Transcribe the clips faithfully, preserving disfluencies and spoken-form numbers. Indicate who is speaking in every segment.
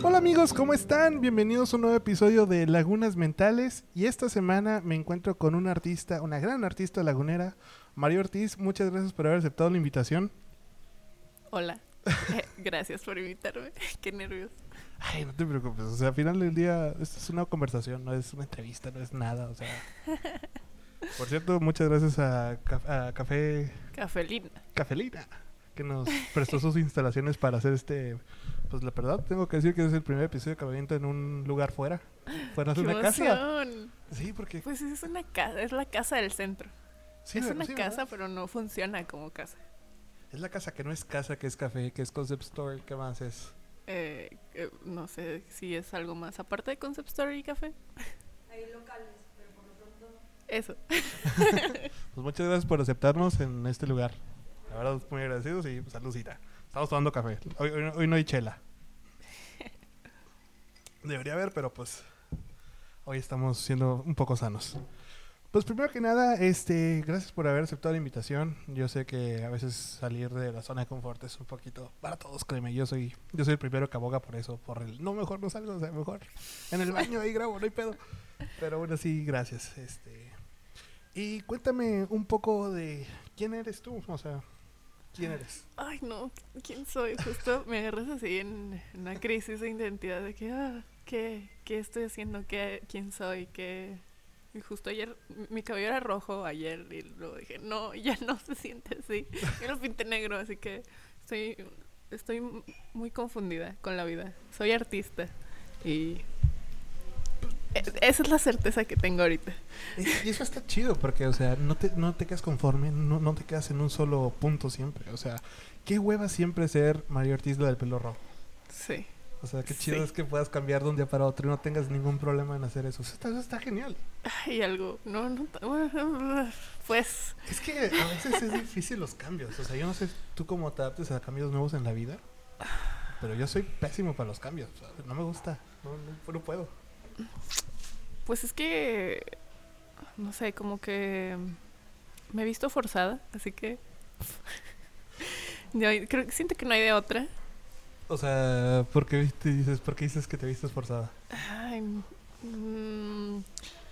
Speaker 1: Hola amigos, ¿cómo están? Bienvenidos a un nuevo episodio de Lagunas Mentales. Y esta semana me encuentro con una artista, una gran artista lagunera, María Ortiz. Muchas gracias por haber aceptado la invitación.
Speaker 2: Hola, eh, gracias por invitarme. Qué nervios.
Speaker 1: Ay, no te preocupes, o sea, al final del día esto es una conversación, no es una entrevista, no es nada, o sea. Por cierto, muchas gracias a, Ca- a Café
Speaker 2: Cafelina.
Speaker 1: Cafelina, que nos prestó sus instalaciones para hacer este. Pues la verdad, tengo que decir que es el primer episodio que me aviento en un lugar fuera, fuera de
Speaker 2: ¡Qué
Speaker 1: una casa.
Speaker 2: emoción!
Speaker 1: Sí, porque.
Speaker 2: Pues es una casa, es la casa del centro.
Speaker 1: Sí,
Speaker 2: es una
Speaker 1: sí,
Speaker 2: casa,
Speaker 1: ¿verdad?
Speaker 2: pero no funciona como casa.
Speaker 1: Es la casa que no es casa, que es café, que es concept store, ¿qué más es?
Speaker 2: Eh, eh, no sé si es algo más aparte de Concept Store y café.
Speaker 3: Hay locales, pero por lo pronto
Speaker 2: Eso.
Speaker 1: Pues muchas gracias por aceptarnos en este lugar. La verdad, muy agradecidos y pues, saludcita. Estamos tomando café. Hoy, hoy, no- hoy no hay chela. Debería haber, pero pues hoy estamos siendo un poco sanos. Pues primero que nada, este, gracias por haber aceptado la invitación. Yo sé que a veces salir de la zona de confort es un poquito para todos, créeme. Yo soy, yo soy el primero que aboga por eso, por el no mejor no salgo, o sea, mejor en el baño ahí grabo, no hay pedo. Pero bueno, sí, gracias. Este, y cuéntame un poco de quién eres tú, o sea, quién eres.
Speaker 2: Ay, no, ¿quién soy? Justo me agarras así en una crisis de identidad de que, ah, ¿qué, qué estoy haciendo? ¿Qué, ¿Quién soy? ¿Qué...? Y justo ayer, mi cabello era rojo ayer y luego dije, no, ya no se siente así. Yo lo pinté negro, así que estoy, estoy muy confundida con la vida. Soy artista y e- esa es la certeza que tengo ahorita.
Speaker 1: Y eso está chido porque, o sea, no te, no te quedas conforme, no, no te quedas en un solo punto siempre. O sea, qué hueva siempre ser María Ortiz la del pelo rojo.
Speaker 2: Sí.
Speaker 1: O sea, qué chido
Speaker 2: Sí.
Speaker 1: es que puedas cambiar de un día para otro y no tengas ningún problema en hacer eso. Eso está, eso está genial.
Speaker 2: Y algo, no, no, bueno, pues
Speaker 1: Es que a veces es difícil los cambios. O sea, yo no sé tú cómo te adaptes a cambios nuevos en la vida, pero yo soy pésimo para los cambios. O sea, no me gusta, no, no, no puedo.
Speaker 2: Pues es que, no sé, como que me he visto forzada, así que no, creo que siento que no hay de otra.
Speaker 1: O sea, ¿por qué te dices, por qué dices que te viste esforzada?
Speaker 2: Ay, mm,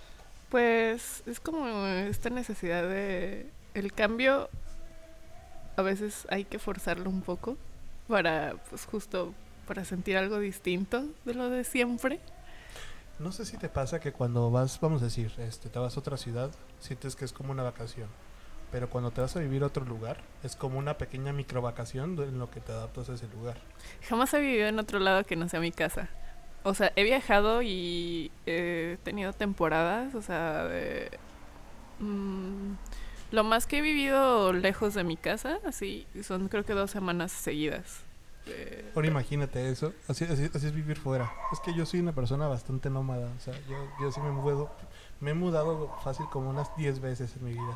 Speaker 2: pues es como esta necesidad de el cambio. A veces hay que forzarlo un poco para, pues justo para sentir algo distinto de lo de siempre.
Speaker 1: No sé si te pasa que cuando vas, vamos a decir, este, te vas a otra ciudad, sientes que es como una vacación. Pero cuando te vas a vivir a otro lugar, es como una pequeña micro vacación en lo que te adaptas a ese lugar.
Speaker 2: Jamás he vivido en otro lado que no sea mi casa. O sea, he viajado y he tenido temporadas, o sea, de, mm, lo más que he vivido lejos de mi casa, así, son creo que dos semanas seguidas. Eh,
Speaker 1: Ahora imagínate eso, así, así, así es vivir fuera. Es que yo soy una persona bastante nómada, o sea, yo, yo sí me mudo, me he mudado fácil como unas diez veces en mi vida.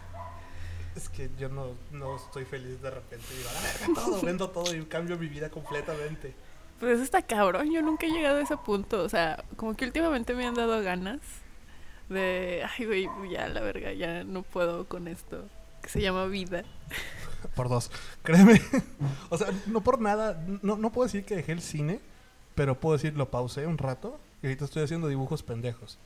Speaker 1: Es que yo no, no estoy feliz de repente, digo, a la verga todo, vendo todo y cambio mi vida completamente.
Speaker 2: Pues eso está cabrón, yo nunca he llegado a ese punto, o sea, como que últimamente me han dado ganas de, ay güey, ya la verga, ya no puedo con esto, que se llama vida.
Speaker 1: Por dos, créeme. O sea, no por nada, no, no puedo decir que dejé el cine, pero puedo decir lo pausé un rato y ahorita estoy haciendo dibujos pendejos.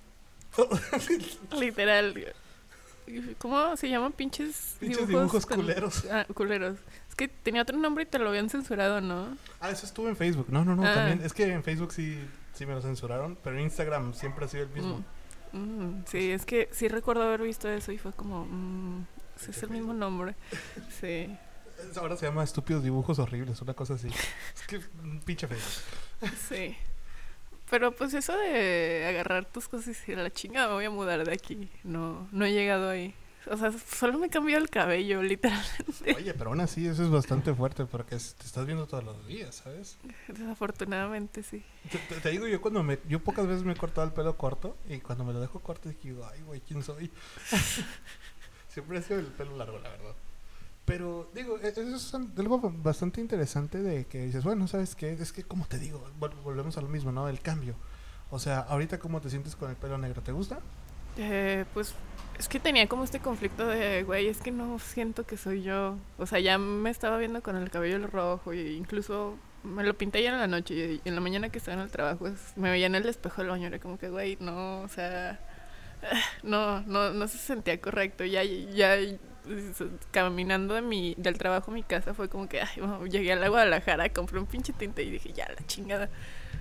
Speaker 2: Literal. ¿Cómo se llaman pinches,
Speaker 1: Pinches dibujos
Speaker 2: pen-
Speaker 1: culeros.
Speaker 2: Ah, culeros. Es que tenía otro nombre y te lo habían censurado, ¿no?
Speaker 1: Ah, eso estuvo en Facebook. No, no, no,
Speaker 2: Ah.
Speaker 1: también. Es que en Facebook sí, sí me lo censuraron, pero en Instagram siempre ha sido el mismo.
Speaker 2: Mm. Mm, sí, es que sí recuerdo haber visto eso y fue como, mm, ese es el mismo nombre. Sí.
Speaker 1: Ahora se llama Estúpidos Dibujos Horribles, una cosa así. Es que un pinche Facebook.
Speaker 2: Sí. Pero pues eso de agarrar tus cosas y decir, a la chingada me voy a mudar de aquí. No, no he llegado ahí. O sea, solo me cambió el cabello, literalmente.
Speaker 1: Oye, pero aún así eso es bastante fuerte porque es- te estás viendo todos los días, ¿sabes?
Speaker 2: Desafortunadamente, sí.
Speaker 1: Te, te- te digo, yo cuando me... Yo pocas veces me he cortado el pelo corto y cuando me lo dejo corto digo, ay, güey, ¿quién soy? Siempre ha sido el pelo largo, la verdad. Pero, digo, e- eso es un- algo bastante interesante de que dices, bueno, ¿sabes qué? Es que, como te digo, vol- volvemos a lo mismo, ¿no? El cambio. O sea, ahorita, ¿cómo te sientes con el pelo negro? ¿Te gusta?
Speaker 2: Eh, pues es que tenía como este conflicto de, güey, es que no siento que soy yo. O sea, ya me estaba viendo con el cabello rojo e incluso me lo pinté ya en la noche y en la mañana que estaba en el trabajo es- me veía en el espejo del baño, era como que, güey, no, o sea, no, no, no se sentía correcto. Ya, ya s- caminando de mi, del trabajo a mi casa fue como que, ay, bueno, llegué a la Guadalajara, compré un pinche tinte y dije, ya, la chingada.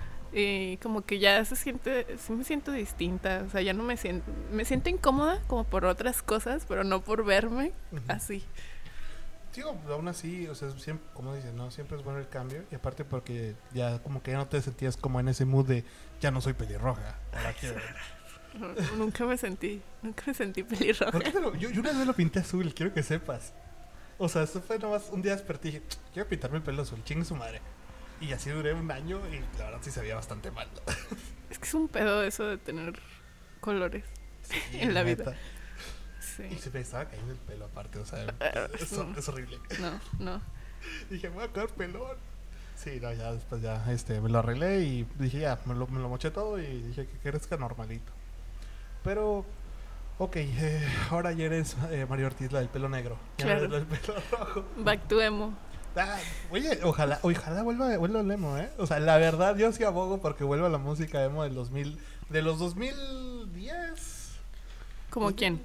Speaker 2: Y como que ya se siente, sí me siento distinta, o sea, ya no me siento, me siento incómoda como por otras cosas, pero no por verme
Speaker 1: Ujú.
Speaker 2: así.
Speaker 1: Digo, aún así, o sea, siempre, como dices, ¿no? Siempre es bueno el cambio. Y aparte porque ya como que ya no te sentías como en ese mood de ya no soy pelirroja. Ahora quiero.
Speaker 2: No, nunca me sentí, nunca me sentí pelirroja.
Speaker 1: ¿Por qué te lo- yo, yo una vez lo pinté azul, quiero que sepas. O sea, esto fue nomás un día desperté y dije, quiero pintarme el pelo azul, chingue su madre. Y así duré un año y la verdad sí se veía bastante mal.
Speaker 2: Es que es un pedo eso de tener colores en la vida.
Speaker 1: Neta.
Speaker 2: Sí.
Speaker 1: Y se me estaba cayendo el pelo aparte, o sea,
Speaker 2: Ah,
Speaker 1: es,
Speaker 2: no.
Speaker 1: es horrible.
Speaker 2: No, no.
Speaker 1: Dije, me voy a quedar pelón. Sí, no, ya después ya este, me lo arreglé y dije, ya, me lo, me lo moché todo y dije que crezca normalito. Pero, ok, eh, ahora ya eres eh, Mario Ortiz, la del pelo negro. Ya no
Speaker 2: Claro.
Speaker 1: eres la del pelo rojo.
Speaker 2: Back to emo.
Speaker 1: Ah, oye, ojalá, ojalá vuelva, vuelva el emo, ¿eh? O sea, la verdad, yo sí abogo porque vuelva la música emo del dos mil, de los dos mil diez.
Speaker 2: ¿Como
Speaker 1: dos mil.
Speaker 2: quién?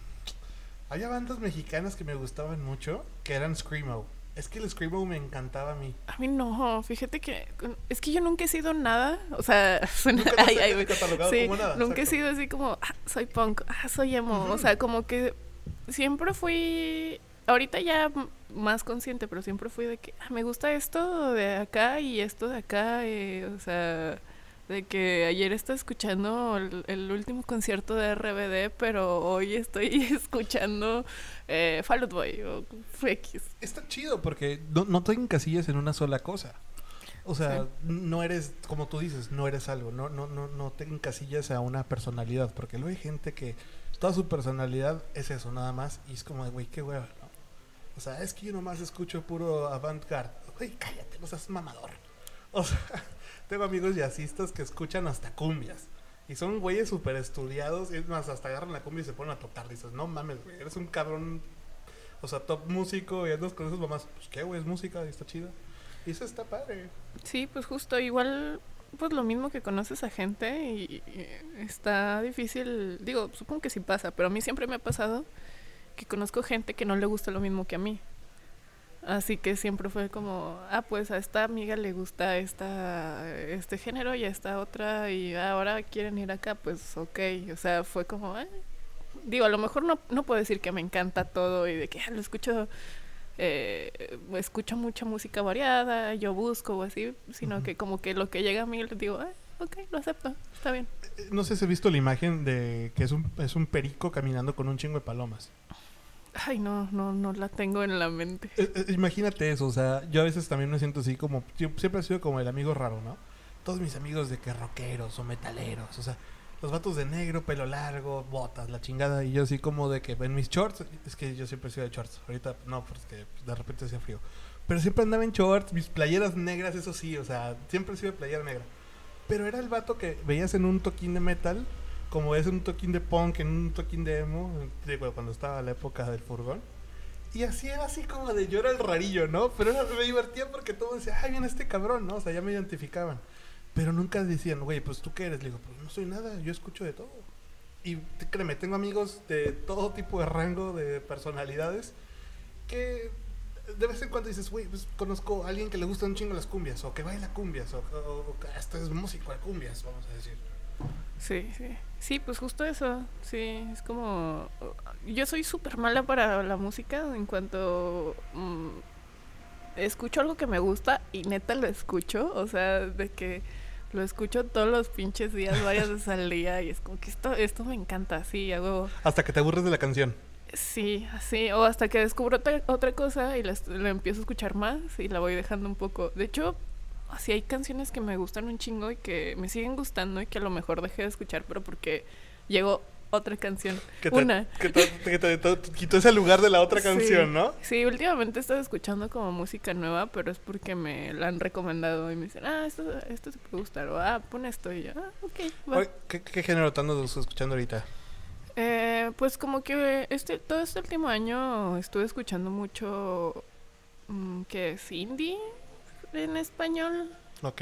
Speaker 1: Había bandas mexicanas que me gustaban mucho, que eran Screamo. Es que el Screamo me encantaba a mí.
Speaker 2: A mí no, fíjate que con- es que yo nunca he sido nada, o sea, suena,
Speaker 1: Nunca te
Speaker 2: ay,
Speaker 1: has
Speaker 2: ay, güey.
Speaker 1: catalogado
Speaker 2: Sí,
Speaker 1: como nada.
Speaker 2: nunca he
Speaker 1: exacto.
Speaker 2: sido así como, ah, soy punk, ah, soy emo,
Speaker 1: Ujú.
Speaker 2: o sea, como que siempre fui, ahorita ya m- más consciente, pero siempre fui de que ah, me gusta esto de acá y esto de acá, eh, o sea, de que ayer estaba escuchando el, el último concierto de R B D, pero hoy estoy escuchando eh, Fall Out Boy o X.
Speaker 1: Está chido porque no, no te encasillas en una sola cosa. O sea,
Speaker 2: Sí.
Speaker 1: no eres, como tú dices, no eres algo. No, no, no, no te encasillas a una personalidad. Porque luego hay gente que toda su personalidad es eso, nada más. Y es como de, güey, qué hueva, ¿no? O sea, es que yo nomás escucho puro avant-garde. Güey, cállate, no seas mamador. O sea, tengo amigos jazzistas que escuchan hasta cumbias. Y son güeyes súper estudiados. Y es más, hasta agarran la cumbia y se ponen a tocar. Dices, no mames, güey, eres un cabrón. O sea, top músico y andas con esas mamás. Pues qué, güey, es música y está chido. Y eso está padre.
Speaker 2: Sí, pues justo, igual, pues lo mismo que conoces a gente y, y está difícil, digo, supongo que sí pasa, pero a mí siempre me ha pasado que conozco gente que no le gusta lo mismo que a mí. Así que siempre fue como, ah, pues a esta amiga le gusta esta, este género y a esta otra y ahora quieren ir acá, pues ok, o sea, fue como, eh. Digo, a lo mejor no, no puedo decir que me encanta todo y de que ah, lo escucho, eh, escucho mucha música variada, yo busco o así, sino
Speaker 1: Ujú.
Speaker 2: que como que lo que llega a mí les digo, ah, ok, lo acepto, está bien.
Speaker 1: Eh, No sé si has visto la imagen de que es un, es un perico caminando con un chingo de palomas.
Speaker 2: Ay, no, no, no la tengo en la mente.
Speaker 1: Eh, eh, imagínate eso, o sea, yo a veces también me siento así como, yo siempre he sido como el amigo raro, ¿no? Todos mis amigos de que rockeros o metaleros, o sea, los vatos de negro, pelo largo, botas, la chingada, y yo así como de que en mis shorts, es que yo siempre he sido de shorts, ahorita no, porque de repente hacía frío, pero siempre andaba en shorts, mis playeras negras, eso sí, o sea, siempre he sido de playera negra, pero era el vato que veías en un toquín de metal, como ves en un toquín de punk, en un toquín de emo, digo, cuando estaba la época del furgón. Y así era así como de yo era el rarillo, ¿no? Pero era- me divertía porque todo decía, ay, viene este cabrón, ¿no? O sea, ya me identificaban. Pero nunca decían, güey, pues tú qué eres. Le digo, pues no soy nada, yo escucho de todo. Y te- créeme, tengo amigos de todo tipo de rango, de personalidades, que de vez en cuando dices, güey, pues conozco a alguien que le gusta un chingo las cumbias, o que baila cumbias, o, o, o que hasta es músico de cumbias, vamos a decir.
Speaker 2: Sí, sí. Sí, pues justo eso. Sí, es como... Yo soy súper mala para la música en cuanto... mm, escucho algo que me gusta y neta lo escucho. O sea, de que lo escucho todos los pinches días, varias veces al día. Y es como que esto, esto me encanta. Sí, hago...
Speaker 1: Hasta que te aburres de la canción.
Speaker 2: Sí, así. O hasta que descubro otra, otra cosa y la, est- la empiezo a escuchar más y la voy dejando un poco. De hecho... Así hay canciones que me gustan un chingo y que me siguen gustando y que a lo mejor dejé de escuchar, pero porque llegó otra canción.
Speaker 1: Que te,
Speaker 2: Una.
Speaker 1: Que te, que te- te- te quitó ese lugar de la otra
Speaker 2: Sí.
Speaker 1: canción, ¿no?
Speaker 2: Sí, últimamente he estado escuchando como música nueva, pero es porque me la han recomendado y me dicen, ah, esto, esto te puede gustar, o ah, pon esto, y yo, ah, ok, va.
Speaker 1: Oye, ¿Qué, qué género te andas escuchando ahorita?
Speaker 2: Eh, pues como que este, todo este último año estuve escuchando mucho, mm, que es indie, en español.
Speaker 1: Ok.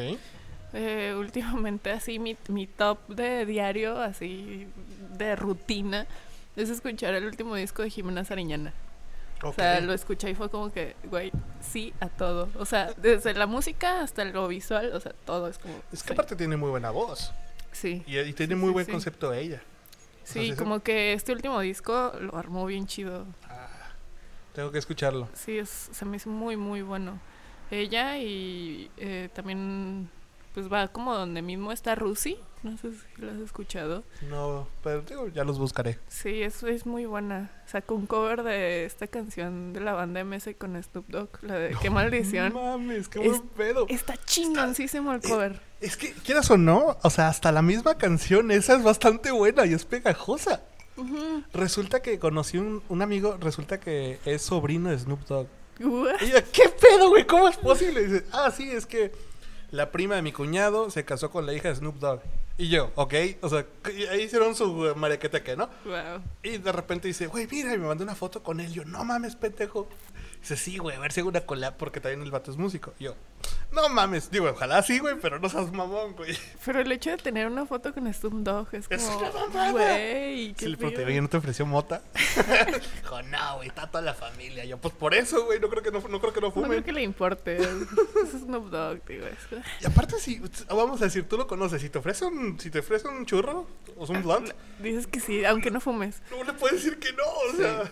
Speaker 2: Eh, últimamente así mi, mi top de diario, así de rutina, es escuchar el último disco de Jimena Sariñana.
Speaker 1: Ok.
Speaker 2: O sea, lo escuché y fue como que, güey, sí a todo. O sea, desde la música hasta lo visual, o sea, todo es como...
Speaker 1: Es que
Speaker 2: sí.
Speaker 1: aparte tiene muy buena voz.
Speaker 2: Sí.
Speaker 1: Y, y tiene
Speaker 2: Sí,
Speaker 1: muy
Speaker 2: sí,
Speaker 1: buen
Speaker 2: sí.
Speaker 1: concepto ella.
Speaker 2: Sí,
Speaker 1: Entonces,
Speaker 2: como que este último disco lo armó bien chido.
Speaker 1: ah, tengo que escucharlo.
Speaker 2: Sí, es, se me hizo muy, muy bueno. Ella y eh, también, pues va como donde mismo está Rusi. No sé si lo has escuchado.
Speaker 1: No, pero digo, ya los buscaré.
Speaker 2: Sí, eso es muy buena. Sacó un cover de esta canción de la banda M S con Snoop Dogg, la de Qué maldición.
Speaker 1: No mames, qué
Speaker 2: Es-
Speaker 1: buen pedo.
Speaker 2: Está chingoncísimo el cover.
Speaker 1: Es que, quieras o no, o sea, hasta la misma canción, esa es bastante buena y es pegajosa.
Speaker 2: Ujú.
Speaker 1: Resulta que conocí un, un amigo, resulta que es sobrino de Snoop Dogg.
Speaker 2: What?
Speaker 1: Y yo, ¿qué pedo, güey? ¿Cómo es posible? Y dice, ah, sí, es que la prima de mi cuñado se casó con la hija de Snoop Dogg. Y yo, ok, o sea, y ahí hicieron su eh, marequeteque, ¿no?
Speaker 2: Wow.
Speaker 1: Y de repente dice, güey, mira, y me mandó una foto con él. Yo, no mames, pendejo. Dice, sí, güey, a ver si hago una collab porque también el vato es músico. Y yo, no mames. Digo, ojalá sí, güey, pero no seas mamón, güey.
Speaker 2: Pero el hecho de tener una foto con Snoop Dogg es
Speaker 1: Es
Speaker 2: como,
Speaker 1: una mamada.
Speaker 2: güey, qué
Speaker 1: Si le
Speaker 2: pedo.
Speaker 1: pregunté, ¿no te ofreció mota? Dijo, no, güey, está toda la familia. Yo, pues por eso, güey, no creo que no, no creo que no
Speaker 2: No
Speaker 1: fumen.
Speaker 2: creo que le importe. Es Snoop Dogg, digo. Es...
Speaker 1: Y aparte, si, vamos a decir, tú lo conoces, si te ofrece un, si te ofrece un churro o un blunt,
Speaker 2: Dices que sí, aunque no fumes.
Speaker 1: no le puedes decir que no, o sea.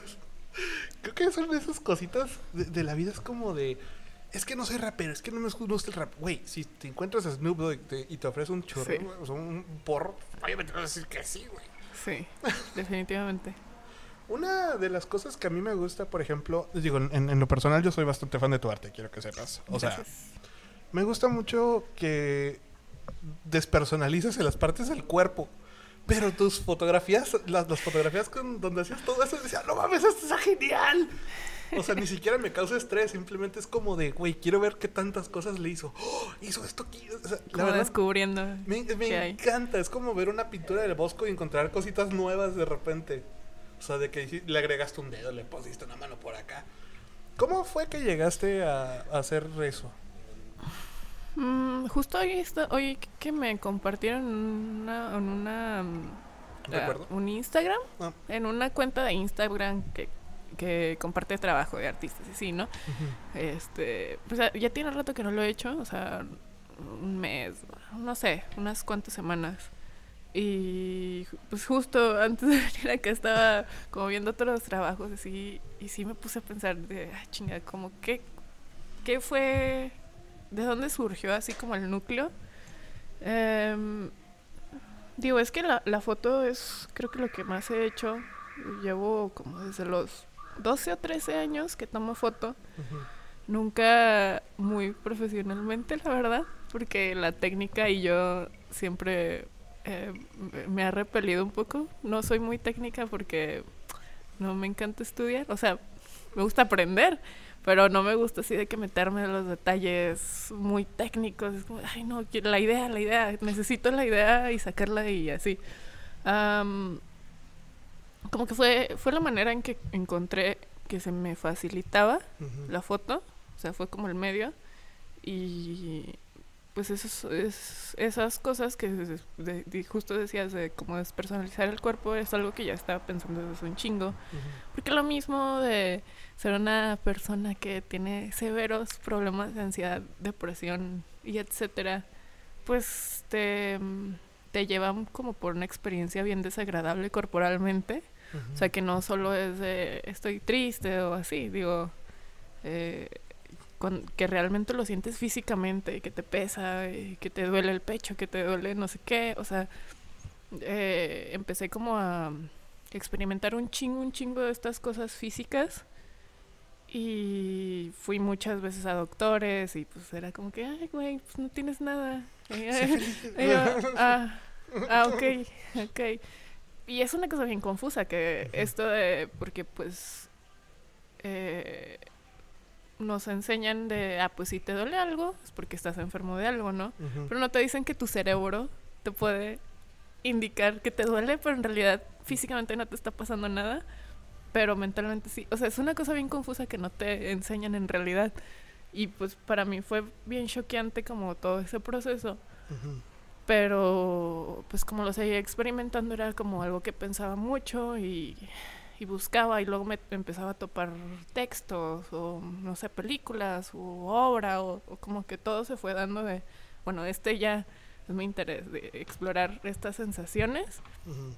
Speaker 1: Creo que son esas cositas de, de la vida, es como de, es que no soy rapero, es que no me gusta el rap. Güey, si te encuentras a Snoop Dogg y te, y te ofrece un churro,
Speaker 2: Sí.
Speaker 1: güey, o sea, un porro, obviamente vas a decir que sí, güey.
Speaker 2: Sí, definitivamente.
Speaker 1: Una de las cosas que a mí me gusta, por ejemplo, digo, en, en lo personal yo soy bastante fan de tu arte, quiero que sepas. O sea,
Speaker 2: Gracias.
Speaker 1: me gusta mucho que despersonalices en las partes del cuerpo. Pero tus fotografías, las, las fotografías con, donde hacías todo eso, decía, no mames, esto está genial. O sea, ni siquiera me causa estrés, simplemente es como de, güey, quiero ver qué tantas cosas le hizo. ¡Oh! Hizo esto aquí. O sea, la
Speaker 2: Como
Speaker 1: verdad,
Speaker 2: descubriendo.
Speaker 1: me, me
Speaker 2: qué hay.
Speaker 1: encanta. Es como ver una pintura del Bosco y encontrar cositas nuevas de repente. O sea, de que le agregaste un dedo, le pusiste una mano por acá. ¿Cómo fue que llegaste a, a hacer eso?
Speaker 2: Mm, justo hoy, está, hoy que me compartieron una, en una mm,
Speaker 1: ¿Recuerdo?
Speaker 2: ah, un Instagram,
Speaker 1: Ah.
Speaker 2: en una cuenta de Instagram que, que comparte trabajo de artistas y sí, ¿no?
Speaker 1: Ujú.
Speaker 2: Este, pues ah, ya tiene rato que no lo he hecho, o sea, un mes, no sé, unas cuantas semanas. Y pues justo antes de venir acá estaba como viendo todos los trabajos así y sí me puse a pensar de, ah, chinga, como qué, qué fue, de dónde surgió así como el núcleo. Em, digo, es que la, la foto es creo que lo que más he hecho. Llevo como desde los doce o trece años que tomo foto.
Speaker 1: Ujú.
Speaker 2: Nunca muy profesionalmente, la verdad, porque la técnica y yo siempre eh, me- me ha repelido un poco. No soy muy técnica porque no me encanta estudiar, o sea, me gusta aprender, pero no me gusta así de que meterme en los detalles muy técnicos. Es como, ay, no, quiero la idea, la idea, necesito la idea y sacarla y así. Am, como que fue, fue la manera en que encontré que se me facilitaba
Speaker 1: Ujú.
Speaker 2: la foto, o sea, fue como el medio y pues esos, es, esas cosas que de- de- de- justo decías de como despersonalizar el cuerpo es algo que ya estaba pensando desde hace un chingo,
Speaker 1: Ujú.
Speaker 2: porque lo mismo de ser una persona que tiene severos problemas de ansiedad, depresión y etcétera, pues te, te llevan como por una experiencia bien desagradable corporalmente. O sea, que no solo es de estoy triste o así, digo, eh, con- que realmente lo sientes físicamente, que te pesa, y que te duele el pecho, que te duele no sé qué. O sea, eh, empecé como a experimentar un chingo, un chingo de estas cosas físicas. Y fui muchas veces a doctores y pues era como que, ay, güey, pues no tienes nada. Y, y yo, ah, ah, ok, ok. Y es una cosa bien confusa que esto de, porque pues eh, nos enseñan de, ah, pues si te duele algo es porque estás enfermo de algo, ¿no?
Speaker 1: Ujú.
Speaker 2: Pero no te dicen que tu cerebro te puede indicar que te duele, pero en realidad físicamente no te está pasando nada, pero mentalmente sí. O sea, es una cosa bien confusa que no te enseñan en realidad. Y pues para mí fue bien choqueante como todo ese proceso.
Speaker 1: Ujú.
Speaker 2: Pero pues como lo seguía experimentando era como algo que pensaba mucho y, y buscaba y luego me empezaba a topar textos o no sé, películas u obra o, o como que todo se fue dando de, bueno, este ya es mi interés de explorar estas sensaciones.
Speaker 1: Ujú.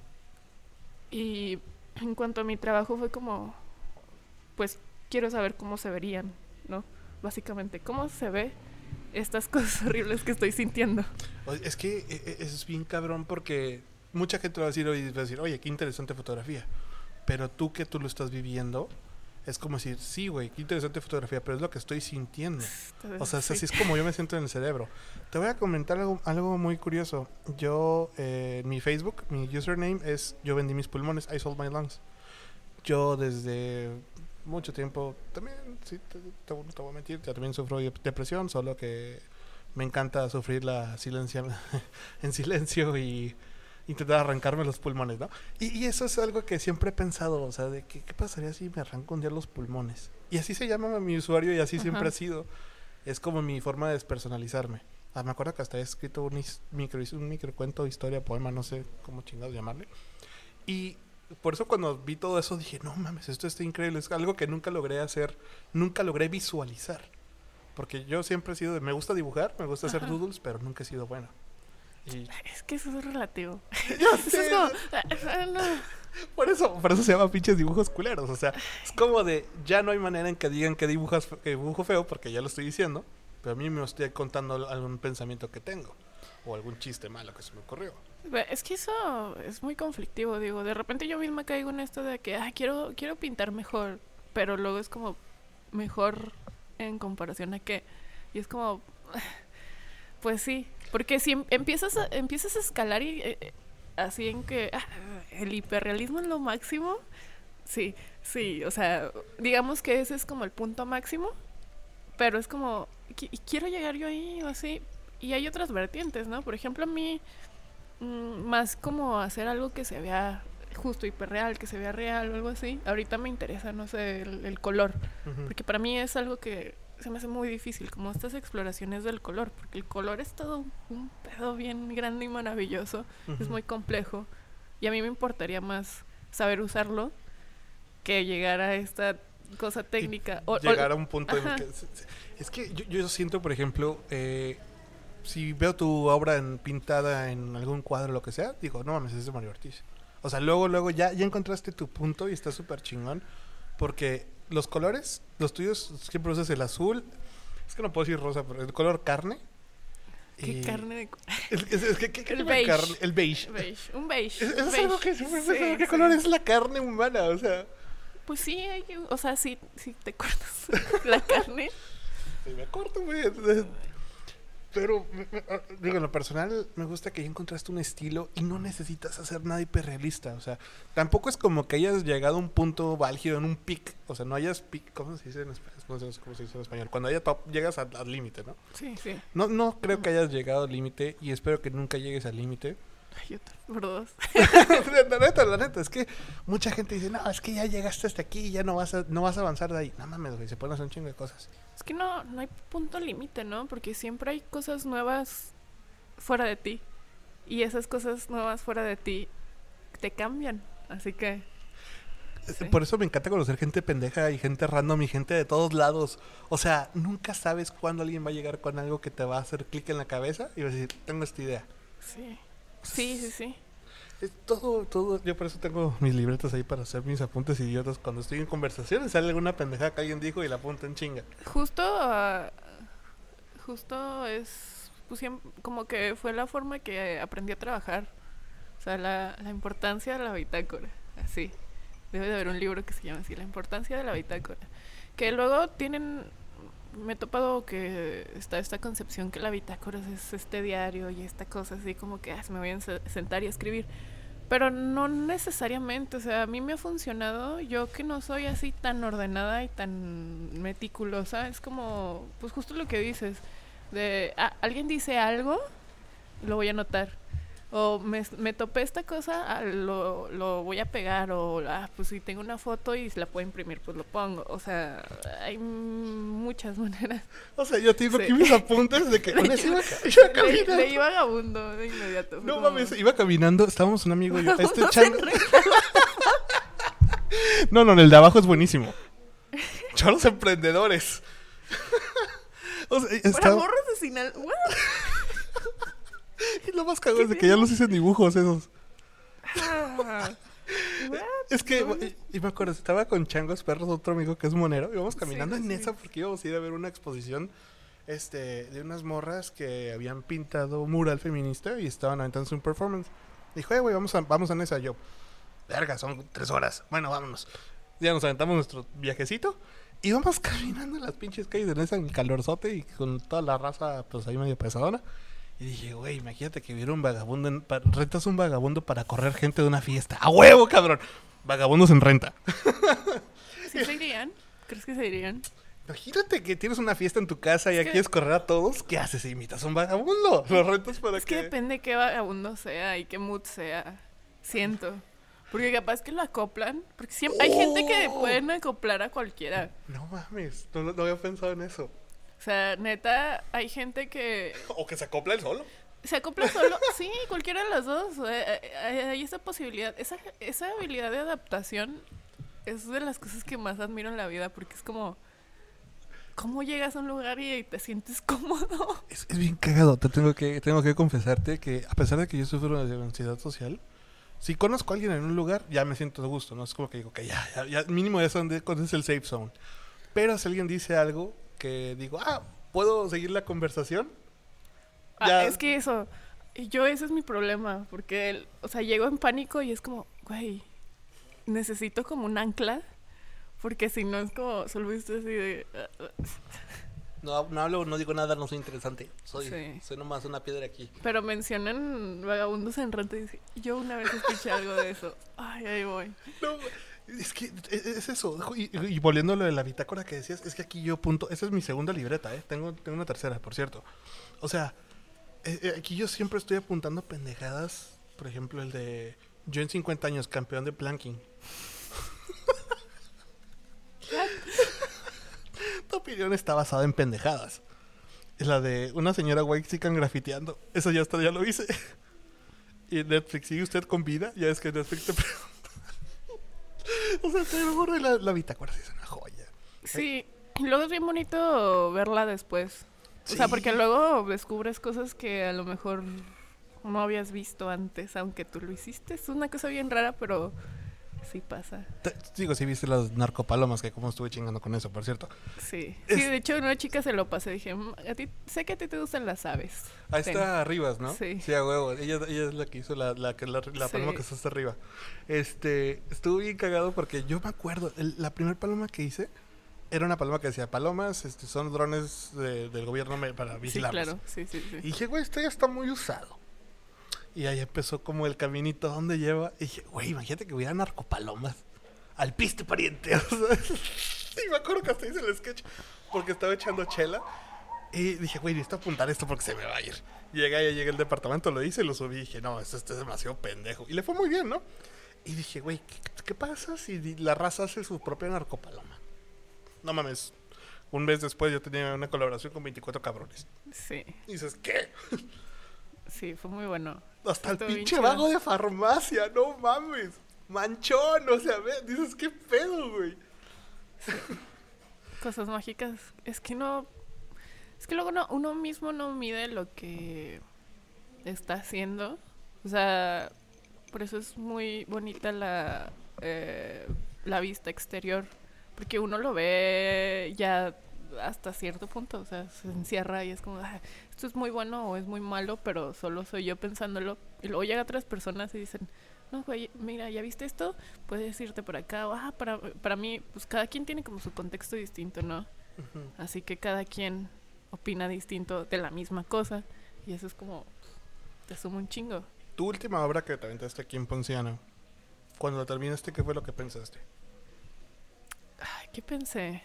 Speaker 2: Y en cuanto a mi trabajo fue como, pues quiero saber cómo se verían, ¿no? Básicamente, cómo se ve estas cosas horribles que estoy sintiendo.
Speaker 1: O- Es que e- e- es bien cabrón porque mucha gente va a decir, oye, va a decir, oye, qué interesante fotografía. Pero tú que tú lo estás viviendo, es como decir, sí, güey, qué interesante fotografía, pero es lo que estoy sintiendo.
Speaker 2: Entonces,
Speaker 1: O sea, es
Speaker 2: sí.
Speaker 1: así es como yo me siento en el cerebro. Te voy a comentar algo, algo muy curioso. Yo, eh, mi Facebook, mi username es yo vendí mis pulmones, I sold my lungs. Yo desde mucho tiempo, también, sí, te, te- no te voy a mentir, yo también sufro de depresión, solo que me encanta sufrirla silencia, en silencio y intentar arrancarme los pulmones, ¿no? Y, y eso es algo que siempre he pensado, o sea, de que, ¿qué pasaría si me arranco un día los pulmones? Y así se llama mi usuario y así siempre
Speaker 2: Ajá.
Speaker 1: ha sido. Es como mi forma de despersonalizarme. Ah, me acuerdo que hasta he escrito un his- micro, un microcuento, historia, poema, no sé cómo chingados llamarle. Y por eso cuando vi todo eso dije, no mames, esto está increíble. Es algo que nunca logré hacer, nunca logré visualizar. Porque yo siempre he sido de, me gusta dibujar, me gusta hacer
Speaker 2: Ajá.
Speaker 1: doodles, pero nunca he sido bueno. Y
Speaker 2: Es que eso es relativo.
Speaker 1: yo
Speaker 2: Eso
Speaker 1: sé,
Speaker 2: es como, ah, ah, no.
Speaker 1: por eso, por eso se llama pinches dibujos culeros. O sea, es como de, ya no hay manera en que digan que dibujas, que dibujo feo, porque ya lo estoy diciendo. Pero a mí me estoy contando algún pensamiento que tengo. O algún chiste malo que se me ocurrió.
Speaker 2: Es que eso es muy conflictivo, digo. De repente yo misma caigo en esto de que, ah, quiero, quiero pintar mejor. Pero luego es como, mejor en comparación a qué. Y es como, pues sí. Porque si em- empiezas a, empiezas a escalar y eh, así en que ah, el hiperrealismo es lo máximo. Sí, sí, o sea, digamos que ese es como el punto máximo. Pero es como, qui- y quiero llegar yo ahí o así. Y hay otras vertientes, ¿no? Por ejemplo, a mí, mm, más como hacer algo que se vea justo, hiperreal, que se vea real o algo así. Ahorita me interesa, no sé, el, el color.
Speaker 1: Ujú.
Speaker 2: Porque para mí es algo que se me hace muy difícil, como estas exploraciones del color. Porque el color es todo un pedo bien grande y maravilloso. Es
Speaker 1: Ujú.
Speaker 2: muy complejo. Y a mí me importaría más saber usarlo que llegar a esta cosa técnica. O- o-
Speaker 1: Llegar a un punto en
Speaker 2: Ajá.
Speaker 1: el que... se- se- Es que yo, yo siento, por ejemplo, eh, si veo tu obra en, pintada en algún cuadro o lo que sea, digo, no mames, es de Mario Ortiz. O sea, luego, luego ya, ya encontraste tu punto y está súper chingón. Porque los colores, los tuyos, siempre usas el azul. Es que no puedo decir rosa, pero el color carne.
Speaker 2: ¿Qué
Speaker 1: y-
Speaker 2: carne de cu-
Speaker 1: Es, es- es que, ¿qué- qué
Speaker 2: El
Speaker 1: tipo de
Speaker 2: beige.
Speaker 1: carne? El beige.
Speaker 2: beige? Un beige.
Speaker 1: Es, eso es
Speaker 2: beige.
Speaker 1: algo que siempre he
Speaker 2: Sí,
Speaker 1: pensado, ¿qué
Speaker 2: sí.
Speaker 1: color es la carne humana? O sea,
Speaker 2: Pues sí, hay que- o sea, si, si te cortas la carne.
Speaker 1: se me corto, güey. Entonces, pero, me- me- ah, digo, en lo personal, me gusta que ya encontraste un estilo y no necesitas hacer nada hiperrealista. O sea, tampoco es como que hayas llegado a un punto álgido, en un pic. O sea, no hayas pic. ¿Cómo se dice en español? No sé cómo se dice en español. Cuando hayas, pa- llegas al al límite, ¿no?
Speaker 2: Sí, sí.
Speaker 1: No, no creo que hayas llegado al límite y espero que nunca llegues al límite.
Speaker 2: Ay, otra por dos.
Speaker 1: La neta, la neta, es que mucha gente dice, no, es que ya llegaste hasta aquí y ya no vas a, no vas a avanzar de ahí. No mames, güey, se pueden hacer un chingo de cosas.
Speaker 2: Es que no, no hay punto límite, ¿no? Porque siempre hay cosas nuevas fuera de ti. Y esas cosas nuevas fuera de ti te cambian. Así que. Sí.
Speaker 1: Por eso me encanta conocer gente pendeja y gente random y gente de todos lados. O sea, nunca sabes cuándo alguien va a llegar con algo que te va a hacer clic en la cabeza y va a decir, tengo esta idea.
Speaker 2: Sí. Sí, sí, sí.
Speaker 1: Es todo, todo. Yo por eso tengo mis libretas ahí para hacer mis apuntes idiotas. Cuando estoy en conversaciones sale alguna pendeja que alguien dijo y la apunta en chinga.
Speaker 2: Justo. ah, justo es. Pues, siem- como que fue la forma que aprendí a trabajar. O sea, la, la importancia de la bitácora. Así. Debe de haber un libro que se llama así, La importancia de la bitácora. Que luego tienen, me he topado que está esta concepción que la bitácora es este diario y esta cosa así como que ah, me voy a se- sentar y a escribir. Pero no necesariamente, o sea, a mí me ha funcionado, yo que no soy así tan ordenada y tan meticulosa, es como, pues justo lo que dices, de ah, alguien dice algo, lo voy a anotar. O me, me topé esta cosa, ah, lo, lo voy a pegar. O, ah, pues si tengo una foto y la puedo imprimir, pues lo pongo. O sea, hay muchas maneras.
Speaker 1: O sea, yo tengo
Speaker 2: Sí.
Speaker 1: aquí mis apuntes de que con eso iba, iba
Speaker 2: Le,
Speaker 1: caminando.
Speaker 2: le iba vagabundo de inmediato. fue
Speaker 1: No
Speaker 2: como-
Speaker 1: mames, iba caminando, estábamos un amigo y yo. Este
Speaker 2: Vagabundo
Speaker 1: chango.
Speaker 2: en renta.
Speaker 1: No, no, el de abajo es buenísimo. Choros emprendedores. O sea,
Speaker 2: Para
Speaker 1: estaba...
Speaker 2: morros de Sinal. What?
Speaker 1: Y lo más cagado es de que ya los hice en dibujos esos.
Speaker 2: Ah, what?
Speaker 1: Es que, y, y me acuerdo, estaba con Changos Perros, otro amigo que es monero, íbamos caminando
Speaker 2: Sí,
Speaker 1: en
Speaker 2: sí.
Speaker 1: esa porque íbamos a ir a ver una exposición este, de unas morras que habían pintado un mural feminista y estaban aventándose un performance. Dijo, eh, güey, vamos a, vamos a Nesa. Yo, verga, son tres horas. Bueno, vámonos. Ya nos aventamos nuestro viajecito. Y vamos caminando en las pinches calles de Nesa en calorzote y con toda la raza, pues ahí medio pesadona. Y dije, güey, imagínate que hubiera un vagabundo, en, pa- rentas un vagabundo para correr gente de una fiesta. ¡A huevo, cabrón! Vagabundos en renta.
Speaker 2: ¿Sí se irían? ¿Crees que se irían?
Speaker 1: Imagínate que tienes una fiesta en tu casa y
Speaker 2: Es
Speaker 1: ya
Speaker 2: que-
Speaker 1: quieres correr a todos. ¿Qué haces? Imitas a un vagabundo. Lo rentas para
Speaker 2: Es que
Speaker 1: que...
Speaker 2: depende qué vagabundo sea y qué mood sea. Siento. Porque capaz que lo acoplan. Porque siempre hay gente que
Speaker 1: Oh.
Speaker 2: pueden acoplar a cualquiera.
Speaker 1: No mames, no, no había pensado en eso.
Speaker 2: O sea, neta, hay gente que
Speaker 1: O que se acopla él solo.
Speaker 2: se acopla solo. Sí, cualquiera de las dos. Eh, eh, Hay, hay esa posibilidad. Esa, esa habilidad de adaptación es de las cosas que más admiro en la vida. Porque es como... ¿Cómo llegas a un lugar y te sientes cómodo?
Speaker 1: Es, es bien cagado. Te tengo que, tengo que confesarte que a pesar de que yo sufro de ansiedad social, si conozco a alguien en un lugar, ya me siento de gusto. No es como que digo que ya, ya, ya mínimo ya son de, es el safe zone. Pero si alguien dice algo que digo, ah, ¿puedo seguir la conversación?
Speaker 2: Ah,
Speaker 1: Ya.
Speaker 2: es que eso, yo ese es mi problema, porque, el- o sea, llego en pánico y es como, güey, necesito como un ancla, porque si no es como, solo viste así de... ah, ah.
Speaker 1: No, no hablo, no digo nada, no soy interesante. Soy,
Speaker 2: Sí.
Speaker 1: soy nomás una piedra aquí.
Speaker 2: Pero mencionan vagabundos en renta y dice, yo una vez escuché algo de eso. Ay, ahí voy.
Speaker 1: No, es que es, es eso. Y, y volviendo a lo de la bitácora que decías, es que aquí yo apunto. Esa es mi segunda libreta, ¿eh? Tengo, tengo una tercera, por cierto. O sea, eh, eh, aquí yo siempre estoy apuntando pendejadas. Por ejemplo, el de yo en cincuenta años, campeón de planking. Tu opinión está basada en pendejadas. Es la de una señora white chican grafiteando. Eso ya está, ya lo hice. Y Netflix, ¿sigue usted con vida? Ya es que Netflix te pregunta. O sea, te lo juro, la, la bitácora sí es una joya.
Speaker 2: Sí, y luego es bien bonito verla después. O sea,
Speaker 1: Sí.
Speaker 2: porque luego descubres cosas que a lo mejor no habías visto antes, aunque tú lo hiciste. Es una cosa bien rara, pero sí pasa.
Speaker 1: Te- digo, si viste las narcopalomas, que como estuve chingando con eso, por cierto.
Speaker 2: Sí.
Speaker 1: Es-
Speaker 2: Sí, de hecho, una chica se lo pasé. Dije, "Mm, a ti, sé que a ti te gustan las aves.
Speaker 1: Ahí
Speaker 2: Ten".
Speaker 1: está Rivas, ¿no?
Speaker 2: Sí.
Speaker 1: Sí, a huevo. Ella, ella es la que hizo la, la, que- la, la
Speaker 2: Sí.
Speaker 1: paloma que está hasta arriba. Este, estuvo bien cagado porque yo me acuerdo, el- la primera paloma que hice era una paloma que decía, palomas este, son drones de- del gobierno me- para
Speaker 2: Sí,
Speaker 1: vigilarlos.
Speaker 2: claro. Sí, sí, sí.
Speaker 1: Y dije, güey, esto ya está muy usado. Y ahí empezó como el caminito donde lleva. Y dije, güey, imagínate que hubiera narcopalomas. Al piste, pariente. O sea, y me acuerdo que hasta hice el sketch porque estaba echando chela. Y dije, güey, necesito apuntar esto porque se me va a ir. Llegué, ya llegué al departamento, lo hice y lo subí. Y dije, no, esto, esto es demasiado pendejo. Y le fue muy bien, ¿no? Y dije, güey, ¿qué, qué pasa si di- la raza hace su propia narcopaloma? No mames. Un mes después yo tenía una colaboración con veinticuatro cabrones.
Speaker 2: Sí,
Speaker 1: Y dices, ¿qué?
Speaker 2: sí, fue muy bueno.
Speaker 1: Hasta el
Speaker 2: Estuvo bien
Speaker 1: pinche
Speaker 2: chido.
Speaker 1: vago de farmacia, no mames. Manchón, o sea, ve, dices, ¿qué pedo, güey?
Speaker 2: Cosas mágicas. Es que no. Es que luego no, uno mismo no mide lo que está haciendo. O sea, por eso es muy bonita la, eh, la vista exterior. Porque uno lo ve ya hasta cierto punto. O sea, se encierra y es como, "Ah, esto es muy bueno o es muy malo, pero solo soy yo pensándolo". Y luego llegan otras personas y dicen, no, güey, mira, ¿ya viste esto? Puedes irte por acá. O, ah, para, para mí, pues cada quien tiene como su contexto distinto, ¿no? Así que cada quien opina distinto de la misma cosa. Y eso es como, te suma un chingo.
Speaker 1: Tu última obra que te aventaste aquí en Ponciano, cuando la terminaste, ¿qué fue lo que pensaste?
Speaker 2: Ay, ¿qué pensé?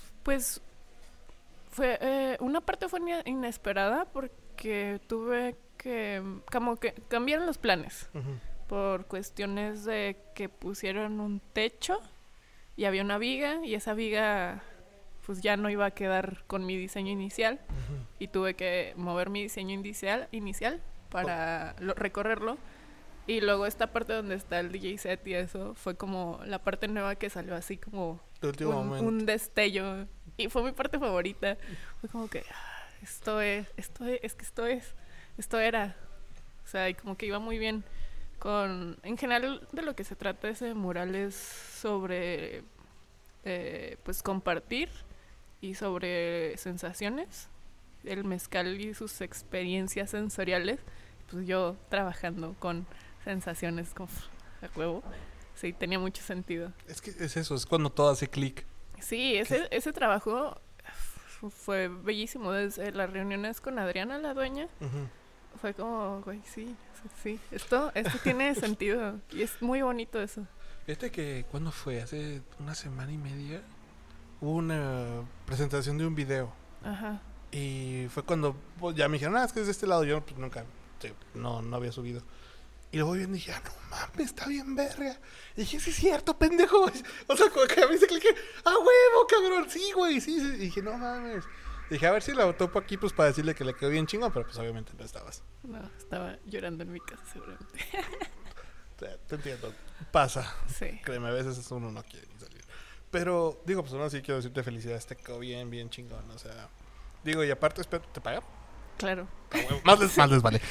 Speaker 2: Pues fue, eh, una parte fue ine- inesperada porque tuve que como que cambiaron los planes
Speaker 1: Ujú.
Speaker 2: por cuestiones de que pusieron un techo y había una viga y esa viga pues ya no iba a quedar con mi diseño inicial
Speaker 1: Ujú.
Speaker 2: y tuve que mover mi diseño inicial inicial para lo- recorrerlo. Y luego esta parte donde está el D J set y eso fue como la parte nueva que salió así como
Speaker 1: De último
Speaker 2: un,
Speaker 1: momento.
Speaker 2: un destello. Y fue mi parte favorita. Fue como que ah, esto es, esto es, es que esto es, esto era. O sea, y como que iba muy bien con... En general de lo que se trata ese mural es sobre eh, pues compartir y sobre sensaciones. El mezcal y sus experiencias sensoriales. Pues yo trabajando con sensaciones como a huevo. Sí, tenía mucho sentido.
Speaker 1: Es que es eso, es cuando todo hace clic.
Speaker 2: Sí, ese, ese trabajo fu- fue bellísimo. Desde las reuniones con Adriana, la dueña,
Speaker 1: Ujú.
Speaker 2: fue como, güey, sí, sí, sí, esto, esto tiene sentido. Y es muy bonito eso.
Speaker 1: Fíjate que, ¿cuándo fue? Hace una semana y media hubo una presentación de un video.
Speaker 2: Ajá.
Speaker 1: Y fue cuando pues, ya me dijeron, ah, es que es de este lado. Yo pues nunca, sí, no, no había subido. Y luego vi y dije, ah, no mames, está bien verga. Y dije, sí es cierto, pendejo. O sea, como que a mí se cliqué, ah, huevo, cabrón, sí, güey, sí, sí. Y dije, no mames. Dije, a ver si la topo aquí, pues para decirle que le quedó bien chingón, pero pues obviamente no estabas.
Speaker 2: No, estaba llorando en mi casa seguramente.
Speaker 1: O sea, te entiendo, pasa.
Speaker 2: Sí.
Speaker 1: Créeme, a veces uno no quiere ni salir. Pero, digo, pues aún así quiero decirte felicidades, te quedó bien, bien chingón. O sea, digo, y aparte, espero, ¿te pagaron?
Speaker 2: Claro.
Speaker 1: Ah, huevo, más, les, más les vale.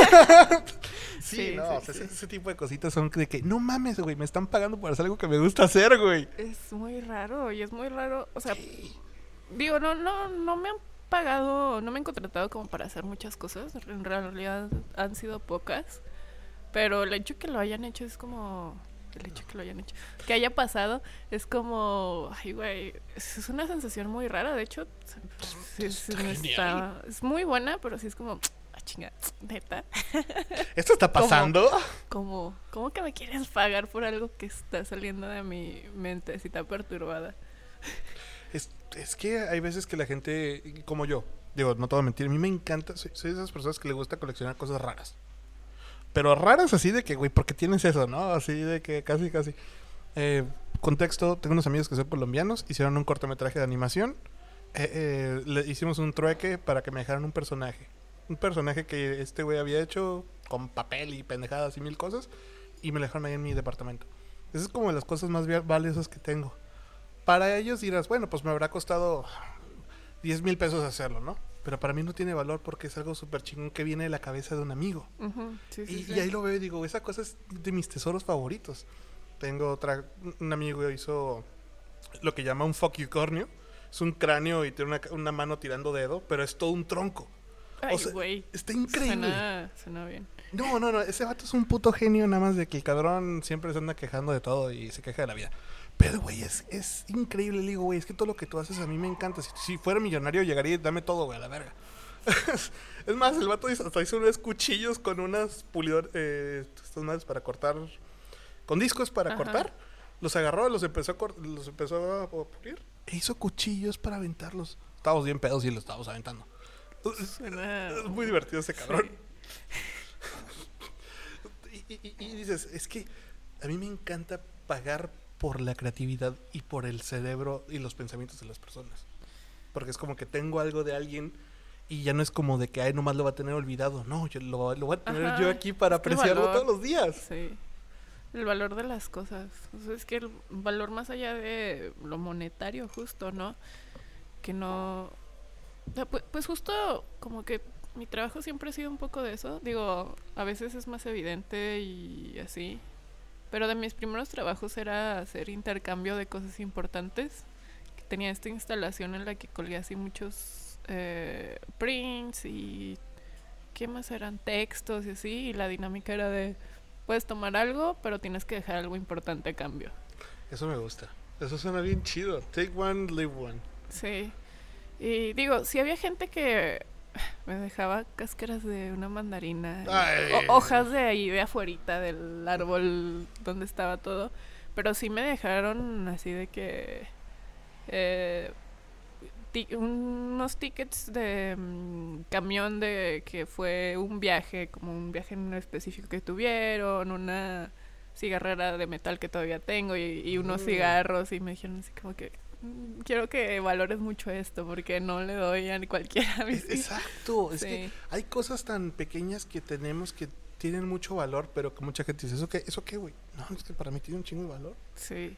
Speaker 1: sí,
Speaker 2: Sí,
Speaker 1: no,
Speaker 2: sí,
Speaker 1: o sea,
Speaker 2: sí.
Speaker 1: ese, ese tipo de cositas son de que, no mames, güey, me están pagando por hacer algo que me gusta hacer, güey.
Speaker 2: Es muy raro y es muy raro. O sea,
Speaker 1: Sí.
Speaker 2: digo, no, no, no me han pagado, no me han contratado como para hacer muchas cosas. En realidad han sido pocas. Pero el hecho que lo hayan hecho es como... El hecho que lo hayan hecho. Que haya pasado es como... Ay, güey. Es es una sensación muy rara. De hecho, sí, sí,
Speaker 1: Está
Speaker 2: me
Speaker 1: genial.
Speaker 2: está- es muy buena, pero sí es como... Ah, chinga, neta.
Speaker 1: ¿Esto está
Speaker 2: ¿Cómo?
Speaker 1: pasando?
Speaker 2: Como, ¿cómo que me quieres pagar por algo que está saliendo de mi mentecita perturbada?
Speaker 1: Es, es que hay veces que la gente, como yo, digo, no te voy a mentir, a mí me encanta, soy, soy de esas personas que le gusta coleccionar cosas raras. Pero raras así de que, güey, ¿por qué tienes eso, no? Así de que casi, casi. Eh, contexto, tengo unos amigos que son colombianos, hicieron un cortometraje de animación. Eh, eh, le hicimos un trueque para que me dejaran un personaje. Un personaje que este güey había hecho con papel y pendejadas y mil cosas. Y me lo dejaron ahí en mi departamento. Esa es como de las cosas más via- valiosas que tengo. Para ellos dirás, bueno, pues me habrá costado diez mil pesos hacerlo, ¿no? Pero para mí no tiene valor porque es algo súper chingón que viene de la cabeza de un amigo.
Speaker 2: Ujú, sí, sí,
Speaker 1: Y,
Speaker 2: sí.
Speaker 1: y ahí lo veo y digo, esa cosa es de mis tesoros favoritos. Tengo otra, un amigo hizo lo que llama un fuck you corneo. Es un cráneo y tiene una, una mano tirando dedo, pero es todo un tronco.
Speaker 2: Ay,
Speaker 1: o sea,
Speaker 2: güey.
Speaker 1: Está increíble.
Speaker 2: Suena, suena bien.
Speaker 1: No, no, no, ese vato es un puto genio, nada más de que el cabrón siempre se anda quejando de todo y se queja de la vida. Pero, güey, es, es increíble, le digo, güey, es que todo lo que tú haces a mí me encanta. Si, si fuera millonario llegaría y dame todo, güey, a la verga. Es más, el vato hizo- hasta hizo unos cuchillos con unas pulidores, eh, estas madres para cortar, con discos para
Speaker 2: Ajá.
Speaker 1: cortar. Los agarró, los empezó a, cor- los empezó a pulir e hizo cuchillos para aventarlos. Estábamos bien pedos y los estábamos aventando.
Speaker 2: Suena...
Speaker 1: Es muy divertido ese cabrón.
Speaker 2: Sí.
Speaker 1: Y, y- y dices, es que a mí me encanta pagar por la creatividad y por el cerebro y los pensamientos de las personas. Porque es como que tengo algo de alguien y ya no es como de que, ay, nomás lo va a tener olvidado. No, yo lo, lo voy a tener
Speaker 2: Ajá,
Speaker 1: yo aquí para
Speaker 2: es que el
Speaker 1: apreciarlo
Speaker 2: valor-
Speaker 1: todos los días.
Speaker 2: Sí. El valor de las cosas. O sea, es que el valor más allá de lo monetario, justo, ¿no? Que no... o sea, pu- pues justo como que mi trabajo siempre ha sido un poco de eso. Digo, a veces es más evidente y así. Pero de mis primeros trabajos era hacer intercambio de cosas importantes. Que tenía esta instalación en la que colgué así muchos eh, prints y... ¿Qué más eran? Textos y así. Y la dinámica era de... Puedes tomar algo, pero tienes que dejar algo importante a cambio.
Speaker 1: Eso me gusta. Eso suena bien chido. Take one, live one.
Speaker 2: Sí. Y digo, si había gente que me dejaba cáscaras de una mandarina, y
Speaker 1: Ay.
Speaker 2: ho- hojas de ahí, de afuerita del árbol donde estaba todo, pero sí me dejaron así de que eh, ti- unos tickets de mm, camión de que fue un viaje, como un viaje en específico que tuvieron, una cigarrera de metal que todavía tengo y, y unos
Speaker 1: Mm.
Speaker 2: cigarros y me dijeron así como que "Mm, quiero que valores mucho esto porque no le doy a ni cualquiera a mis
Speaker 1: Es- exacto, es
Speaker 2: Sí.
Speaker 1: que hay cosas tan pequeñas que tenemos que tienen mucho valor, pero que mucha gente dice, ¿eso qué? ¿Eso qué, güey? No, es que para mí tiene un chingo de valor.
Speaker 2: Sí,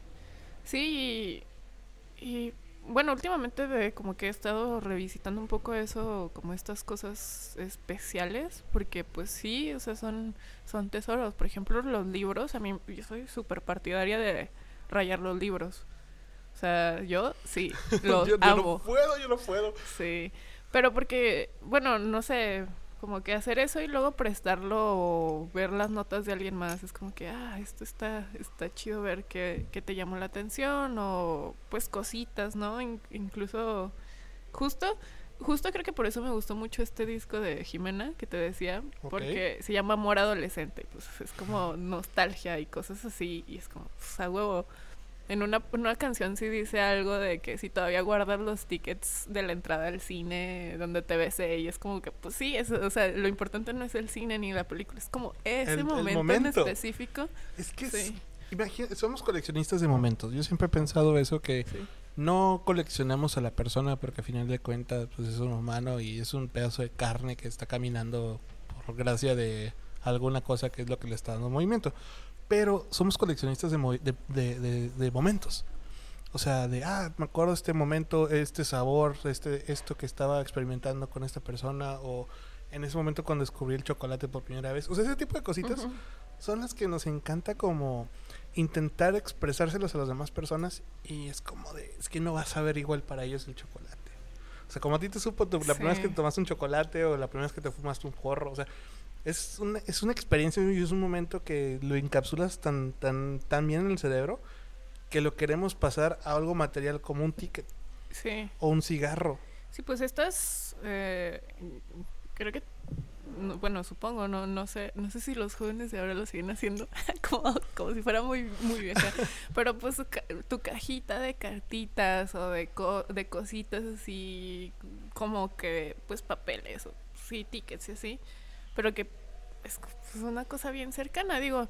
Speaker 2: sí, y, y, bueno, últimamente de como que he estado revisitando un poco eso, como estas cosas especiales, porque pues sí, o sea, son, son tesoros. Por ejemplo, los libros, a mí, yo soy súper partidaria de rayar los libros. O sea, yo sí, los
Speaker 1: yo, yo
Speaker 2: amo.
Speaker 1: no puedo, yo no puedo.
Speaker 2: Sí, pero porque, bueno, no sé, como que hacer eso y luego prestarlo o ver las notas de alguien más, es como que, ah, esto está, está chido ver que, que te llamó la atención o pues cositas, ¿no? In- incluso, justo, justo creo que por eso me gustó mucho este disco de Jimena que te decía,
Speaker 1: Ok.
Speaker 2: porque se llama Amor Adolescente, y, pues es como nostalgia y cosas así, y es como, pues a huevo. En una, una canción sí dice algo de que si todavía guardas los tickets de la entrada al cine donde te besé y es como que pues sí, es, o sea, lo importante no es el cine ni la película, es como ese
Speaker 1: El- el
Speaker 2: momento,
Speaker 1: momento.
Speaker 2: en específico.
Speaker 1: Es que es-
Speaker 2: Sí,
Speaker 1: imagina- somos coleccionistas de momentos. Yo siempre he pensado eso, que
Speaker 2: sí,
Speaker 1: no coleccionamos a la persona porque al final de cuentas pues es un humano y es un pedazo de carne que está caminando por gracia de alguna cosa que es lo que le está dando movimiento. Pero somos coleccionistas de, movi- de, de- de- de momentos. O sea, de, ah, me acuerdo este momento, este sabor, este esto que estaba experimentando con esta persona, o en ese momento cuando descubrí el chocolate por primera vez. O sea, ese tipo de cositas
Speaker 2: ujú,
Speaker 1: son las que nos encanta como intentar expresárselos a las demás personas y es como de, es que no vas a ver igual para ellos el chocolate. O sea, como a ti te supo tu- la primera vez
Speaker 2: Sí.
Speaker 1: que te tomaste un chocolate o la primera vez que te fumaste un porro, o sea, es una, es una experiencia y es un momento que lo encapsulas tan, tan, tan bien en el cerebro que lo queremos pasar a algo material como un ticket
Speaker 2: sí,
Speaker 1: o un cigarro.
Speaker 2: sí, pues estas, eh, creo que, no, bueno, supongo, no, no sé, no sé si los jóvenes de ahora lo siguen haciendo, como, como si fuera muy, muy vieja, pero pues ca- tu cajita de cartitas o de, co- de cositas así, como que, pues papeles o sí, tickets y así, pero que es pues, una cosa bien cercana, digo,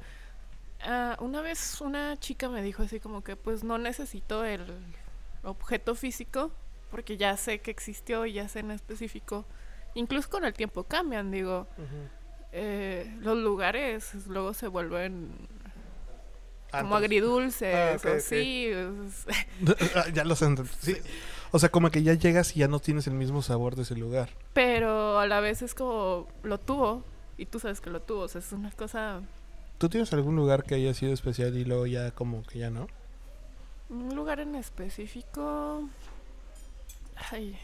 Speaker 2: ah, una vez una chica me dijo así como que pues no necesito el objeto físico porque ya sé que existió y ya sé en específico, incluso con el tiempo cambian, digo, eh, los lugares luego se vuelven como
Speaker 1: Antros.
Speaker 2: agridulces
Speaker 1: Ah, ok,
Speaker 2: o
Speaker 1: ok.
Speaker 2: sí, es-
Speaker 1: Ya lo sé. Sí. O sea, como que ya llegas y ya no tienes el mismo sabor de ese lugar.
Speaker 2: pero a la vez es como lo tuvo y tú sabes que lo tuvo, o sea, es una cosa,
Speaker 1: ¿Tú tienes algún lugar que haya sido especial y luego ya como que ya no?
Speaker 2: un lugar en específico, ay,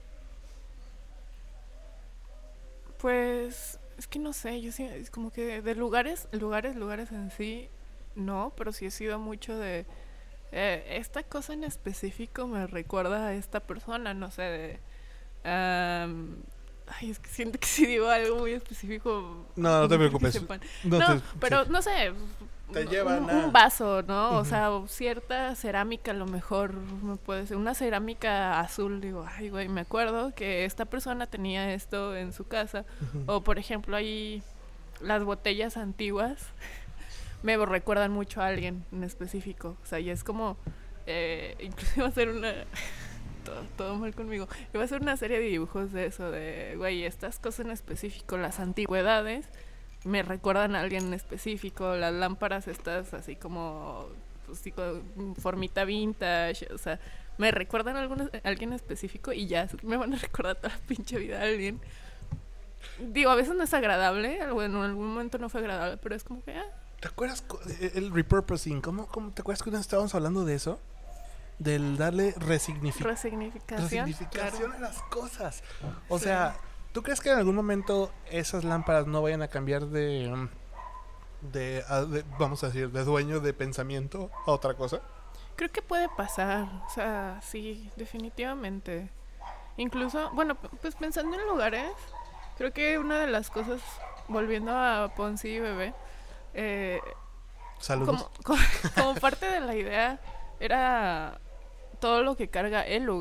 Speaker 2: pues es que no sé, yo sí, es como que de lugares, lugares, lugares en sí, no, pero sí he sido mucho de eh, esta cosa en específico me recuerda a esta persona, no sé, de am, ay, es que siento que si digo algo muy específico
Speaker 1: No, no te
Speaker 2: mejor que
Speaker 1: preocupes.
Speaker 2: sepan.
Speaker 1: No,
Speaker 2: No,
Speaker 1: te-
Speaker 2: pero
Speaker 1: sí.
Speaker 2: no sé,
Speaker 1: Te
Speaker 2: un-
Speaker 1: llevan
Speaker 2: un,
Speaker 1: a-
Speaker 2: un vaso, ¿no? O
Speaker 1: Ujú.
Speaker 2: sea, o cierta cerámica a lo mejor me puede ser una cerámica azul, digo, ay, güey, me acuerdo que esta persona tenía esto en su casa.
Speaker 1: Ujú.
Speaker 2: O por ejemplo, ahí las botellas antiguas me recuerdan mucho a alguien en específico. O sea, y es como, eh, incluso iba a ser una, todo, todo mal conmigo, iba a ser una serie de dibujos de eso, de, güey, estas cosas en específico, las antigüedades, me recuerdan a alguien en específico, las lámparas estas así como, pues digo, formita vintage, o sea, me recuerdan a, algunos- a alguien específico y ya me van a recordar toda la pinche vida a alguien. Digo, a veces no es agradable, bueno, en algún momento no fue agradable, pero es como que, ah,
Speaker 1: ¿Te acuerdas co- eh, el repurposing? ¿Cómo, cómo te acuerdas que una vez estábamos hablando de eso? Del darle resignifi-
Speaker 2: resignificación.
Speaker 1: resignificación
Speaker 2: Claro.
Speaker 1: a las cosas. O
Speaker 2: Sí.
Speaker 1: sea, ¿tú crees que en algún momento esas lámparas no vayan a cambiar de, mm, de, a- de- vamos a decir, de dueño de pensamiento a otra cosa?
Speaker 2: Creo que puede pasar, o sea, sí, definitivamente. Incluso, bueno, p- pues pensando en lugares, creo que una de las cosas, volviendo a Ponzi y Bebé, eh,
Speaker 1: Saludos.
Speaker 2: como, como, como parte de la idea era todo lo que carga el lugar.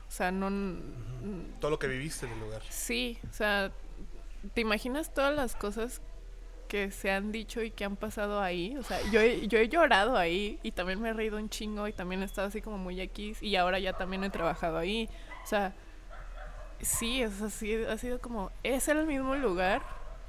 Speaker 2: O sea, no...
Speaker 1: Uh-huh. Todo lo que viviste en el lugar.
Speaker 2: Sí, o sea, ¿te imaginas todas las cosas que se han dicho y que han pasado ahí? O sea, yo he, yo he llorado ahí y también me he reído un chingo y también he estado así como muy aquí y ahora ya también he trabajado ahí. O sea, sí, es así, ha sido como, es el mismo lugar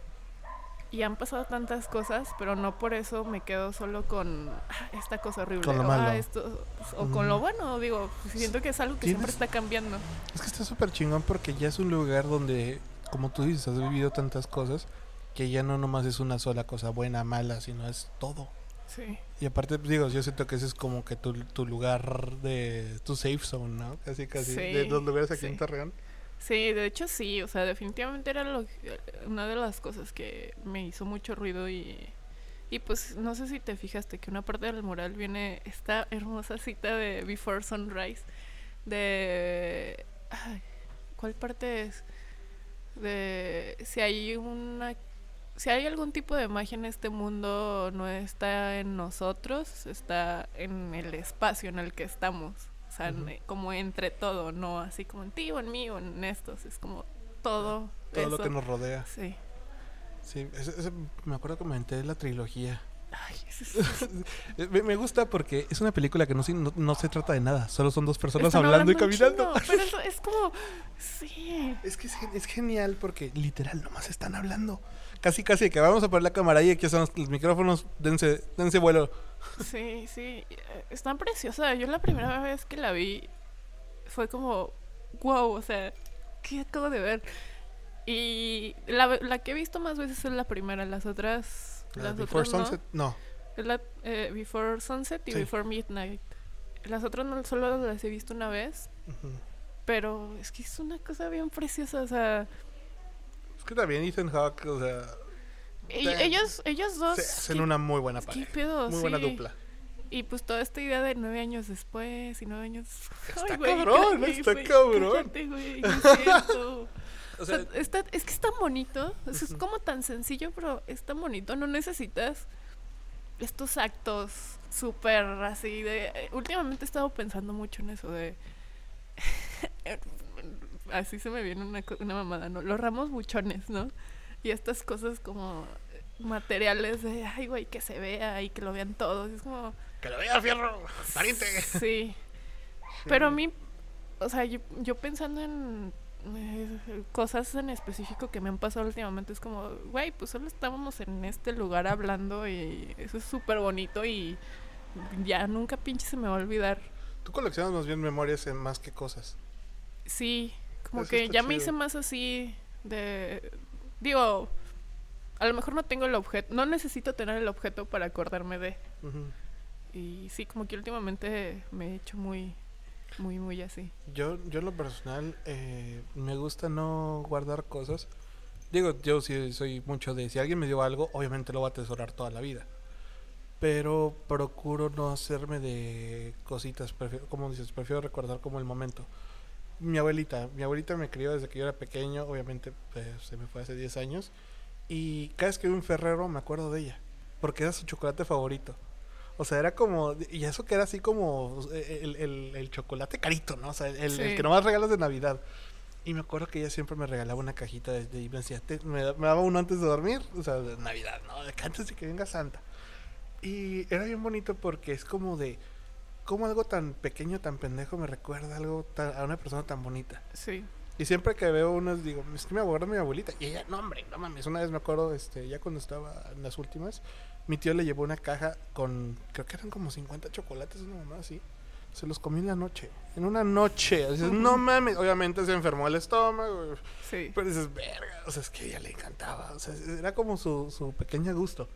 Speaker 2: y han pasado tantas cosas, pero no por eso me quedo solo con ah, esta cosa horrible
Speaker 1: con lo
Speaker 2: o,
Speaker 1: malo.
Speaker 2: Ah, esto, o mm. con lo bueno, digo, siento que es algo que
Speaker 1: ¿Tienes?
Speaker 2: siempre está cambiando.
Speaker 1: Es que está súper chingón porque ya es un lugar donde, como tú dices, has vivido tantas cosas que ya no nomás es una sola cosa buena, mala, sino es todo.
Speaker 2: Sí.
Speaker 1: Y aparte, digo, yo siento que ese es como que tu, tu lugar de tu safe zone, ¿no? Casi, casi,
Speaker 2: sí,
Speaker 1: de los lugares aquí
Speaker 2: sí.
Speaker 1: en Torreón.
Speaker 2: Sí, de hecho sí, o sea, definitivamente era lo, una de las cosas que me hizo mucho ruido y, y pues no sé si te fijaste que una parte del mural viene esta hermosa cita de Before Sunrise, de... Ay, ¿cuál parte es? De si hay una... Si hay algún tipo de magia en este mundo, no está en nosotros, está en el espacio en el que estamos. O sea, uh-huh. como entre todo, no así como en ti o en mí o en estos, es como todo
Speaker 1: todo
Speaker 2: eso.
Speaker 1: Lo que nos rodea.
Speaker 2: Sí.
Speaker 1: Sí, ese, ese, me acuerdo que comenté la trilogía.
Speaker 2: Ay, eso es...
Speaker 1: me, me gusta porque es una película que no, no, no se trata de nada, solo son dos personas
Speaker 2: Están
Speaker 1: hablando,
Speaker 2: hablando
Speaker 1: y caminando.
Speaker 2: Chingo, pero eso es como, sí.
Speaker 1: Es que es, es genial porque literal nomás están hablando. Casi, casi que vamos a poner la cámara ahí, aquí están los, los micrófonos, dense, dense vuelo.
Speaker 2: Sí, sí, están preciosas. Yo la primera vez que la vi fue como, wow, o sea, ¿qué acabo de ver? Y la, la que he visto más veces es la primera, las otras...
Speaker 1: Uh,
Speaker 2: las
Speaker 1: Before
Speaker 2: otras
Speaker 1: Sunset, no.
Speaker 2: no. La, eh, Before Sunset y sí. Before Midnight. Las otras no, solo las he visto una vez, uh-huh. pero es que es una cosa bien preciosa, o sea...
Speaker 1: que también Ethan Hawke, o sea...
Speaker 2: Y, ellos, ellos dos...
Speaker 1: Se hacen una muy buena pareja.
Speaker 2: ¿Qué pedo?
Speaker 1: Muy
Speaker 2: sí.
Speaker 1: buena dupla.
Speaker 2: Y pues toda esta idea de nueve años después y nueve años...
Speaker 1: Está
Speaker 2: Ay, güey,
Speaker 1: cabrón,
Speaker 2: cállate,
Speaker 1: está
Speaker 2: güey,
Speaker 1: cabrón.
Speaker 2: Cállate, güey, no es cierto.
Speaker 1: O sea,
Speaker 2: o sea, está, es que es tan bonito, o sea, es como tan sencillo, pero es tan bonito, no necesitas estos actos súper así de... Últimamente he estado pensando mucho en eso de... Así se me viene una, una mamada, ¿no? Los ramos buchones, ¿no? Y estas cosas como materiales de, ay, güey, que se vea y que lo vean todos. Es como...
Speaker 1: Que lo vea, fierro, pariente.
Speaker 2: Sí. sí. Pero a mí, o sea, yo, yo pensando en eh, cosas en específico que me han pasado últimamente, es como, güey, pues solo estábamos en este lugar hablando y eso es súper bonito y ya nunca pinche se me va a olvidar.
Speaker 1: Tú coleccionas más bien memorias en más que cosas.
Speaker 2: Sí, como
Speaker 1: eso
Speaker 2: que ya
Speaker 1: chido.
Speaker 2: Me hice más así de... Digo, a lo mejor no tengo el objeto, no necesito tener el objeto para acordarme de. Uh-huh. Y sí, como que últimamente me he hecho muy, muy, muy así.
Speaker 1: Yo, yo en lo personal, eh, me gusta no guardar cosas. Digo, yo sí soy mucho de, si alguien me dio algo, obviamente lo voy a atesorar toda la vida. Pero procuro no hacerme de cositas, prefiero, como dices, prefiero recordar como el momento. Mi abuelita, mi abuelita me crió desde que yo era pequeño, obviamente pues, se me fue hace diez años. Y cada vez que veo un Ferrero me acuerdo de ella, porque era su chocolate favorito. O sea, era como, y eso que era así como el, el, el chocolate carito, ¿no? O sea, el, sí. el que nomás regalas de Navidad. Y me acuerdo que ella siempre me regalaba una cajita de, de y me decía, te, me, me daba uno antes de dormir, o sea, de Navidad, ¿no? Antes de que venga Santa. Y era bien bonito porque es como de, como algo tan pequeño, tan pendejo me recuerda algo tan, a una persona tan bonita.
Speaker 2: Sí.
Speaker 1: Y siempre que veo unos digo, es que me acuerdo de mi abuelita. Y ella, no hombre, no mames. Una vez me acuerdo, este, ya cuando estaba en las últimas, mi tío le llevó una caja con, creo que eran como cincuenta chocolates, una mamá así. Se los comí en la noche, en una noche. O sea, uh-huh. No mames, obviamente se enfermó el estómago.
Speaker 2: Sí.
Speaker 1: Pero dices, verga, o sea, es que a ella le encantaba. O sea, era como su, su pequeño gusto.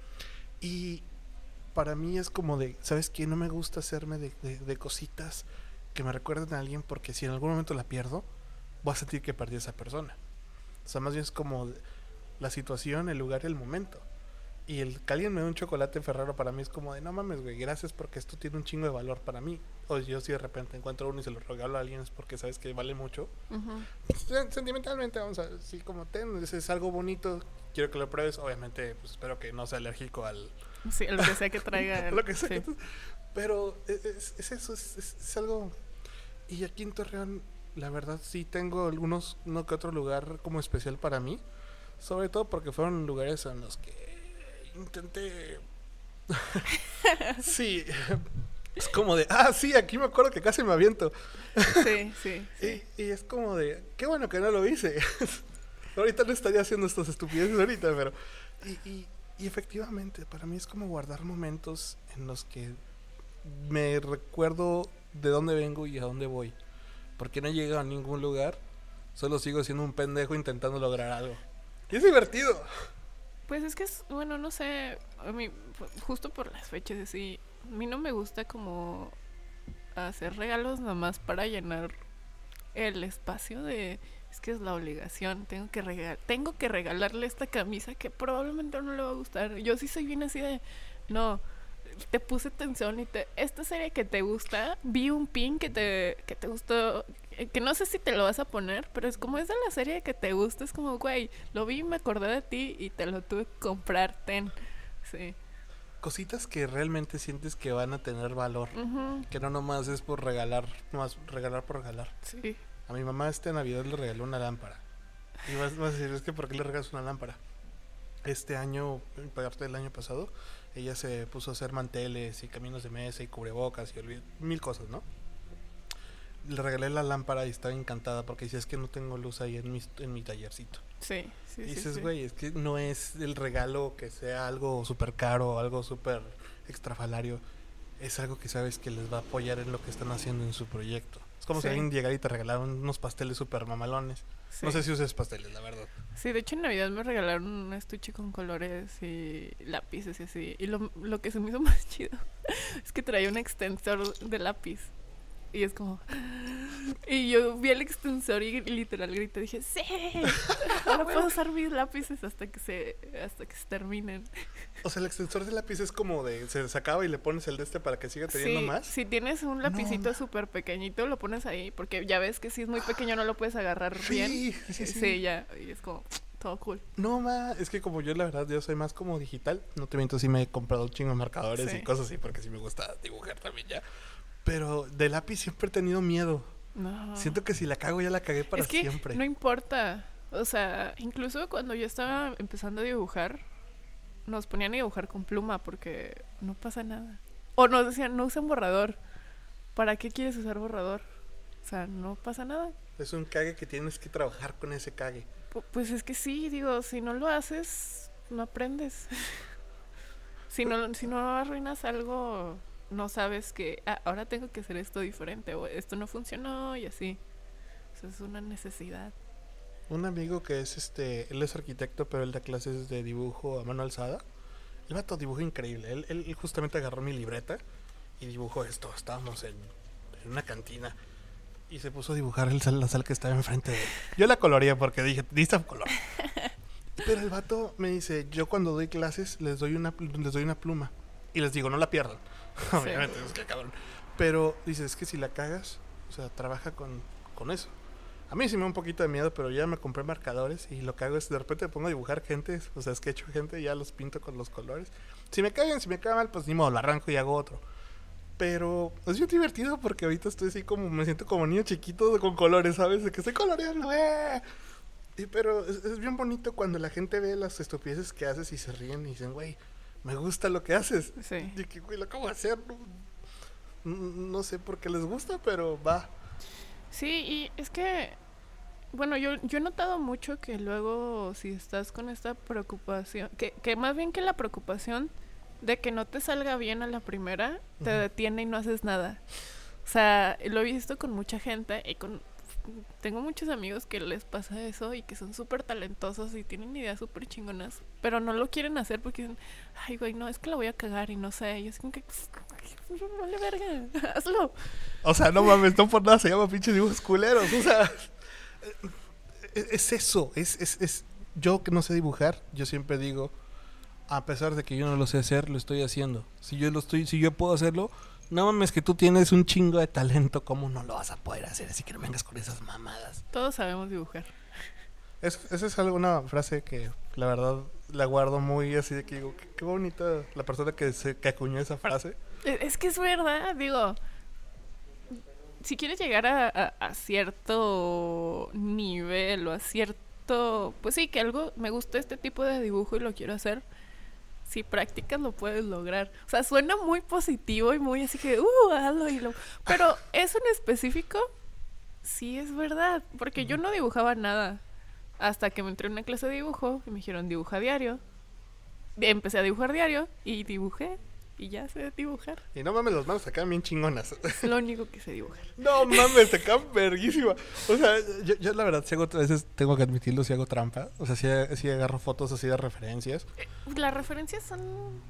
Speaker 1: Y para mí es como de, ¿sabes qué? No me gusta hacerme de, de, de cositas que me recuerden a alguien, porque si en algún momento la pierdo, voy a sentir que perdí a esa persona. O sea, más bien es como la situación, el lugar y el momento. Y el que alguien me dé un chocolate Ferrero para mí es como de, no mames, güey, gracias porque esto tiene un chingo de valor para mí. O yo si de repente encuentro uno y se lo regalo a alguien es porque sabes que vale mucho. Uh-huh. Sentimentalmente, vamos a decir, sí, como ten, es, es algo bonito, quiero que lo pruebes. Obviamente, pues espero que no sea alérgico al...
Speaker 2: Sí, lo que sea que traiga.
Speaker 1: lo que sea
Speaker 2: sí.
Speaker 1: que t- Pero es, es, es eso, es, es, es algo... Y aquí en Torreón la verdad sí tengo algunos, uno que otro lugar como especial para mí. Sobre todo porque fueron lugares en los que intenté... sí, es como de, ah, sí, aquí me acuerdo que casi me aviento.
Speaker 2: Sí, sí, sí.
Speaker 1: Y, y es como de, qué bueno que no lo hice. Ahorita no estaría haciendo estas estupideces ahorita, pero... Y, y, y efectivamente, para mí es como guardar momentos en los que me recuerdo de dónde vengo y a dónde voy. Porque no he llegado a ningún lugar, solo sigo siendo un pendejo intentando lograr algo. Y es divertido.
Speaker 2: Pues es que es, bueno, no sé, a mí, justo por las fechas así, a mí no me gusta como hacer regalos nada más para llenar el espacio de, es que es la obligación, tengo que regal, tengo que regalarle esta camisa que probablemente no le va a gustar. Yo sí soy bien así de, no, te puse atención y te, esta serie que te gusta, vi un pin que te, que te gustó, que no sé si te lo vas a poner, pero es como es de la serie que te gusta, es como, güey, lo vi, me acordé de ti y te lo tuve que comprar, ten. Sí.
Speaker 1: Cositas que realmente sientes que van a tener valor.
Speaker 2: Uh-huh.
Speaker 1: Que no nomás es por regalar, nomás regalar por regalar.
Speaker 2: Sí.
Speaker 1: A mi mamá este Navidad le regaló una lámpara. Y vas, vas a decir, es que ¿por qué le regalas una lámpara? Este año, parte del año pasado, ella se puso a hacer manteles y caminos de mesa y cubrebocas y olvid- mil cosas, ¿no? Le regalé la lámpara y estaba encantada porque decía, es que no tengo luz ahí en mi, en mi tallercito.
Speaker 2: Sí, sí,
Speaker 1: Y
Speaker 2: sí,
Speaker 1: dices,
Speaker 2: sí.
Speaker 1: güey, es que no es el regalo que sea algo súper caro, algo súper extrafalario. Es algo que sabes que les va a apoyar en lo que están haciendo en su proyecto. Es como
Speaker 2: Sí.
Speaker 1: si alguien llegara y te regalaron unos pasteles súper mamalones.
Speaker 2: Sí.
Speaker 1: No sé si uses pasteles, la verdad.
Speaker 2: Sí, de hecho en Navidad me regalaron un estuche con colores y lápices y así. Y lo, lo que se me hizo más chido es que traía un extensor de lápiz. Y es como... Y yo vi el extensor y literal grité, dije, ¡sí! Ahora puedo usar mis lápices hasta que se hasta que se terminen.
Speaker 1: O sea, el extensor de lápiz es como de... Se sacaba y le pones el de este para que siga teniendo
Speaker 2: Sí,
Speaker 1: más.
Speaker 2: si tienes un lapicito súper pequeñito, lo pones ahí. Porque ya ves que si es muy pequeño no lo puedes agarrar
Speaker 1: Sí,
Speaker 2: bien.
Speaker 1: sí, sí, sí.
Speaker 2: Sí, ya. Y es como... Todo cool.
Speaker 1: No, ma, es que como yo la verdad, yo soy más como digital. No te miento, sí me he comprado un chingo de marcadores
Speaker 2: Sí.
Speaker 1: y cosas así porque sí me gusta dibujar también ya. Pero de lápiz siempre he tenido miedo.
Speaker 2: No.
Speaker 1: Siento que si la cago ya la cagué para
Speaker 2: es que
Speaker 1: siempre.
Speaker 2: no importa. O sea, incluso cuando yo estaba empezando a dibujar, nos ponían a dibujar con pluma porque no pasa nada. O nos decían, no usen borrador. ¿Para qué quieres usar borrador? O sea, no pasa nada.
Speaker 1: Es un cague que tienes que trabajar con ese cague.
Speaker 2: Pu- Pues es que sí, digo, si no lo haces, no aprendes. si no si no arruinas algo, no sabes que ah, ahora tengo que hacer esto diferente o esto no funcionó y así. O sea, es una necesidad.
Speaker 1: Un amigo que es este, él es arquitecto, pero él da clases de dibujo a mano alzada. El vato dibuja increíble. Él, él justamente agarró mi libreta y dibujó esto. Estábamos en, en una cantina y se puso a dibujar el sal, la sal que estaba enfrente de él. Yo la coloreé porque dije, necesita color. Pero el vato me dice, yo cuando doy clases les doy una, les doy una pluma y les digo, no la pierdan.
Speaker 2: Sí.
Speaker 1: Obviamente, es que cabrón. Pero dice, es que si la cagas, o sea, trabaja con, con eso. A mí sí me da un poquito de miedo, pero ya me compré marcadores y lo que hago es de repente me pongo a dibujar gente, o sea, sketcho gente y ya los pinto con los colores. Si me cae bien, si me cae mal, pues ni modo, lo arranco y hago otro. Pero es bien divertido porque ahorita estoy así como, me siento como niño chiquito con colores, ¿sabes? De que estoy coloreando, ¡eh! Y pero es, es bien bonito cuando la gente ve las estupideces que haces y se ríen y dicen, güey, me gusta lo que haces.
Speaker 2: Sí.
Speaker 1: Y que, güey, lo acabo de hacer. No, no sé por qué les gusta, pero va.
Speaker 2: Sí, y es que, bueno, yo, yo he notado mucho que luego si estás con esta preocupación, que, que más bien que la preocupación de que no te salga bien a la primera, te
Speaker 1: Ujú.
Speaker 2: detiene y no haces nada. O sea, lo he visto con mucha gente y con... Tengo muchos amigos que les pasa eso y que son súper talentosos y tienen ideas súper chingonas, pero no lo quieren hacer porque dicen, ay, güey, no, es que la voy a cagar y no sé. Y es como que, vale verga, hazlo.
Speaker 1: O sea, no mames, no por nada se llama pinches dibujos culeros. O sea, es, es eso. Es, es, es. Yo que no sé dibujar, yo siempre digo, a pesar de que yo no lo sé hacer, lo estoy haciendo. Si yo lo estoy, si yo puedo hacerlo, no mames que tú tienes un chingo de talento, ¿cómo no lo vas a poder hacer? Así que no vengas con esas mamadas.
Speaker 2: Todos sabemos dibujar.
Speaker 1: Es, esa es alguna frase que la verdad la guardo muy así de que digo, qué, qué bonita la persona que se que acuñó esa frase.
Speaker 2: Es, es que es verdad, digo, si quieres llegar a, a, a cierto nivel o a cierto, pues sí, que algo me gusta este tipo de dibujo y lo quiero hacer, si practicas lo puedes lograr. O sea, suena muy positivo y muy así que, uh, hazlo y lo... Pero eso en específico, sí es verdad, porque yo no dibujaba nada hasta que me entré en una clase de dibujo y me dijeron dibuja diario. Empecé a dibujar diario y dibujé y ya sé dibujar.
Speaker 1: Y no mames, las manos se quedan bien chingonas.
Speaker 2: Es lo único que sé dibujar.
Speaker 1: No mames, te quedan verguísima. O sea, yo, yo la verdad, si hago, a veces tengo que admitirlo, si hago trampa. O sea, si, si agarro fotos así de referencias.
Speaker 2: Eh, las referencias son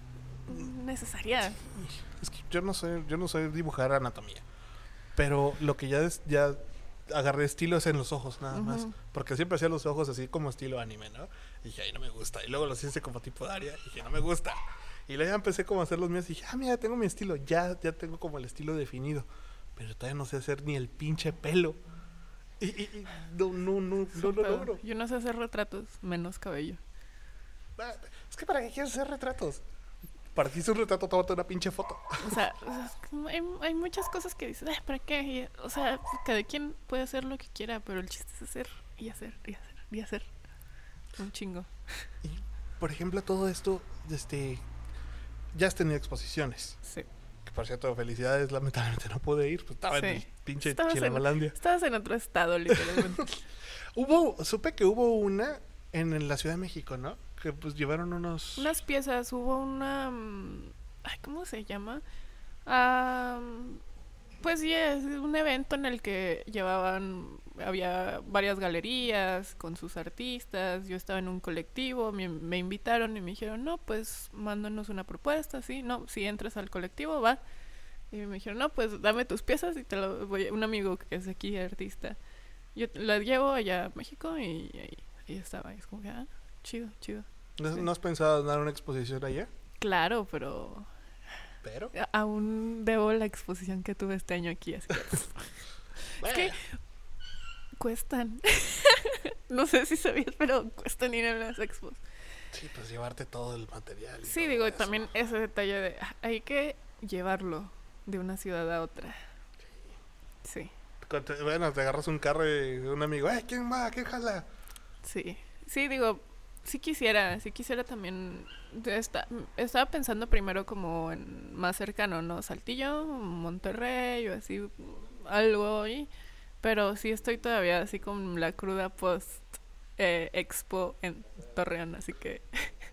Speaker 2: necesarias.
Speaker 1: Es que yo no sé, yo no sé dibujar anatomía. Pero lo que ya es, ya agarré estilo es en los ojos, nada
Speaker 2: Ujú.
Speaker 1: más. Porque siempre hacía los ojos así como estilo anime, ¿no? Y dije, ay, no me gusta. Y luego los hice como tipo Daria. Y dije, no me gusta. Y luego ya empecé como a hacer los míos. Y dije, ah, mira, tengo mi estilo. Ya, ya tengo como el estilo definido. Pero todavía no sé hacer ni el pinche pelo. Y, y, y no, no, no,
Speaker 2: Es
Speaker 1: no
Speaker 2: un
Speaker 1: lo
Speaker 2: pedo.
Speaker 1: logro.
Speaker 2: Yo no sé hacer retratos, menos cabello.
Speaker 1: Ah, es que ¿para qué quieres hacer retratos? Para ti es un retrato, tómate una pinche foto.
Speaker 2: O sea, o sea, es como hay, hay muchas cosas que dices, "Ay, ¿para qué?" Y, o sea, cada quien puede hacer lo que quiera, pero el chiste es hacer y hacer y hacer y hacer. Un chingo.
Speaker 1: Y, por ejemplo, todo esto, este, ya has tenido exposiciones.
Speaker 2: Sí.
Speaker 1: Que por cierto, felicidades, lamentablemente no pude ir, pues estaba en
Speaker 2: Sí.
Speaker 1: el pinche
Speaker 2: Estabas en-
Speaker 1: Chilangolandia.
Speaker 2: Estabas en otro estado, literalmente.
Speaker 1: Hubo, supe que hubo una en, en la Ciudad de México, ¿no? Que pues llevaron unos...
Speaker 2: Unas piezas, hubo una... mm, Ay, ¿cómo se llama? Ah, pues sí, es un evento en el que llevaban, había varias galerías con sus artistas, yo estaba en un colectivo, me, me invitaron y me dijeron, no, pues mándanos una propuesta, sí, no, si entras al colectivo, va. Y me dijeron, no, pues dame tus piezas y te lo voy, un amigo que es aquí artista, yo te- las llevo allá a México y ahí, ahí estaba, y es como que, ah, chido, chido.
Speaker 1: ¿No,
Speaker 2: sí.
Speaker 1: ¿No has pensado en dar una exposición allá?
Speaker 2: Claro, pero
Speaker 1: Pero...
Speaker 2: a- aún debo la exposición que tuve este año aquí, así que
Speaker 1: Bueno,
Speaker 2: que cuestan. No sé si sabías, pero cuestan ir a las expos.
Speaker 1: sí, pues llevarte todo el material. y
Speaker 2: Sí,
Speaker 1: todo
Speaker 2: digo,
Speaker 1: eso.
Speaker 2: también ese detalle de ah, hay que llevarlo de una ciudad a otra. Sí,
Speaker 1: Cuando te- Bueno, te agarras un carro y un amigo, ¡eh, quién va! ¿Quién jala?
Speaker 2: sí. Sí, digo, sí quisiera, sí quisiera también. de esta- estaba pensando primero como en más cercano, ¿no? Saltillo, Monterrey o así, algo ahí. Pero sí estoy todavía así con la cruda post eh, expo en Torreón, así que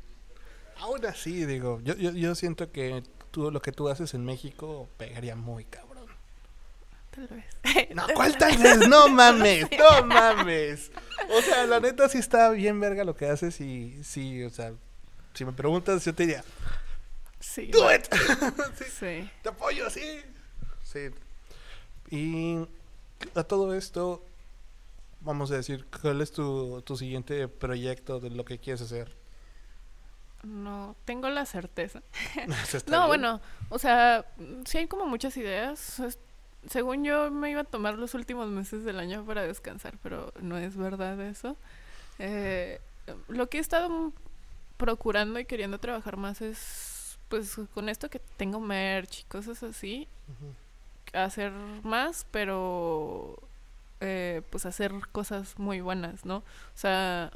Speaker 1: Aún así, digo, yo, yo, yo siento que tú, lo que tú haces en México pegaría muy cabrón.
Speaker 2: tal vez.
Speaker 1: No, ¿cuál tal vez? No mames, no mames. O sea, la neta sí está bien verga lo que haces y sí, o sea, si me preguntas yo te diría,
Speaker 2: Sí.
Speaker 1: do
Speaker 2: va-
Speaker 1: it. Sí,
Speaker 2: Sí.
Speaker 1: te apoyo, sí. Sí. Y a todo esto, vamos a decir, ¿cuál es tu, tu siguiente proyecto de lo que quieres hacer?
Speaker 2: No, tengo la certeza.
Speaker 1: ¿Se está
Speaker 2: No,
Speaker 1: bien?
Speaker 2: bueno, o sea, mm, sí hay como muchas ideas. Es- según yo me iba a tomar los últimos meses del año para descansar, pero no es verdad eso. Eh, lo que he estado mm, procurando y queriendo trabajar más es, pues, con esto que tengo merch y cosas así,
Speaker 1: Ujú.
Speaker 2: hacer más, pero eh, pues hacer cosas muy buenas, ¿no? O sea,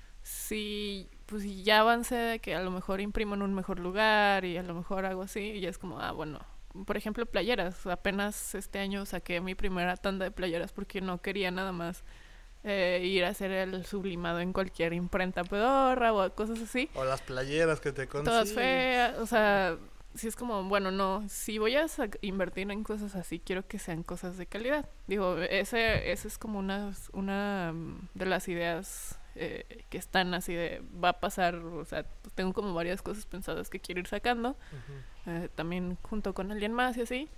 Speaker 2: si pues si ya avancé de que a lo mejor imprimo en un mejor lugar y a lo mejor hago así, y ya es como, ah, bueno, por ejemplo, playeras. Apenas este año saqué mi primera tanda de playeras porque no quería nada más eh, ir a hacer el sublimado en cualquier imprenta pedorra o cosas así.
Speaker 1: O las playeras que te
Speaker 2: Todas
Speaker 1: consiguen.
Speaker 2: feas, o sea, si es como, bueno, no, si voy a sac- invertir en cosas así, quiero que sean cosas de calidad. Digo, ese, ese es como una, una mm, de las ideas eh, que están así de, va a pasar, o sea, pues tengo como varias cosas pensadas que quiero ir sacando,
Speaker 1: Ujú.
Speaker 2: eh, también junto con alguien más y así.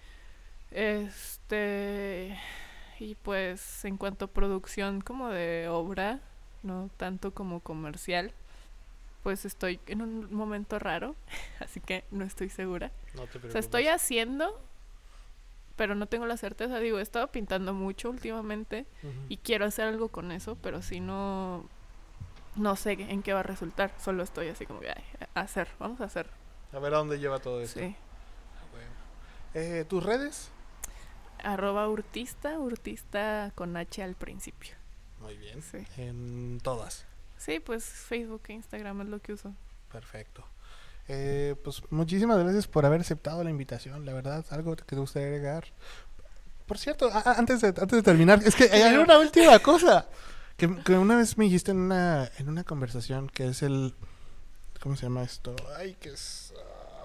Speaker 2: Este, y pues en cuanto a producción como de obra, no tanto como comercial, pues estoy en un momento raro, así que no estoy segura.
Speaker 1: No te
Speaker 2: O sea, estoy
Speaker 1: preocupes.
Speaker 2: haciendo, pero no tengo la certeza. Digo, he estado pintando mucho últimamente
Speaker 1: Ujú.
Speaker 2: y quiero hacer algo con eso, pero si no, no sé en qué va a resultar. Solo estoy así como, "Ay, a hacer, vamos a hacer".
Speaker 1: A ver a dónde lleva todo esto.
Speaker 2: Sí.
Speaker 1: Ah, bueno. Eh, ¿Tus redes?
Speaker 2: arroba urtista, urtista con H al principio.
Speaker 1: Muy bien.
Speaker 2: Sí.
Speaker 1: En todas.
Speaker 2: Sí, pues Facebook e Instagram es lo que uso.
Speaker 1: Perfecto. Eh, pues muchísimas gracias por haber aceptado la invitación, la verdad, algo que te gustaría agregar. Por cierto, a- a- antes de, antes de terminar, es que hay
Speaker 2: Claro.
Speaker 1: una última cosa que, que una vez me dijiste en una, en una conversación, que es el, ¿cómo se llama esto? Ay, que es... ah,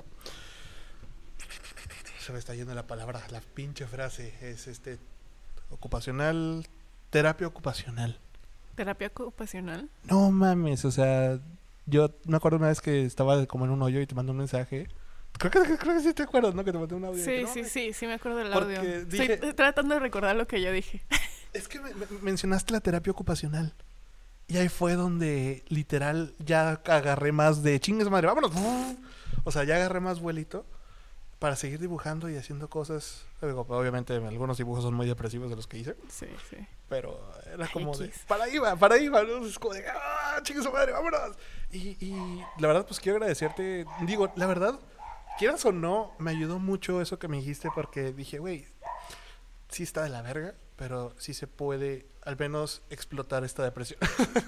Speaker 1: se me está yendo la palabra, la pinche frase, es este, ocupacional, terapia ocupacional.
Speaker 2: Terapia ocupacional.
Speaker 1: No mames, o sea, yo me acuerdo una vez que estaba como en un hoyo y te mandé un mensaje. Creo que, creo que sí te acuerdas, ¿no? Que te mandé un audio.
Speaker 2: Sí,
Speaker 1: que no
Speaker 2: sí,
Speaker 1: mames.
Speaker 2: sí, sí me acuerdo del
Speaker 1: Porque
Speaker 2: audio.
Speaker 1: dije-
Speaker 2: Estoy tratando de recordar lo que yo dije.
Speaker 1: Es que me- me- mencionaste la terapia ocupacional. Y ahí fue donde literal ya agarré más de chingues madre, vámonos. O sea, ya agarré más vuelito para seguir dibujando y haciendo cosas. Digo, obviamente algunos dibujos son muy depresivos de los que hice,
Speaker 2: Sí, sí.
Speaker 1: pero era como de,
Speaker 2: X.
Speaker 1: para ahí va, para ahí va, ¿no? Es como de, ah, chingue su madre, vámonos. Y, y la verdad, pues quiero agradecerte. Digo, la verdad, quieras o no, me ayudó mucho eso que me dijiste porque dije, güey, sí está de la verga, pero sí se puede al menos explotar esta depresión.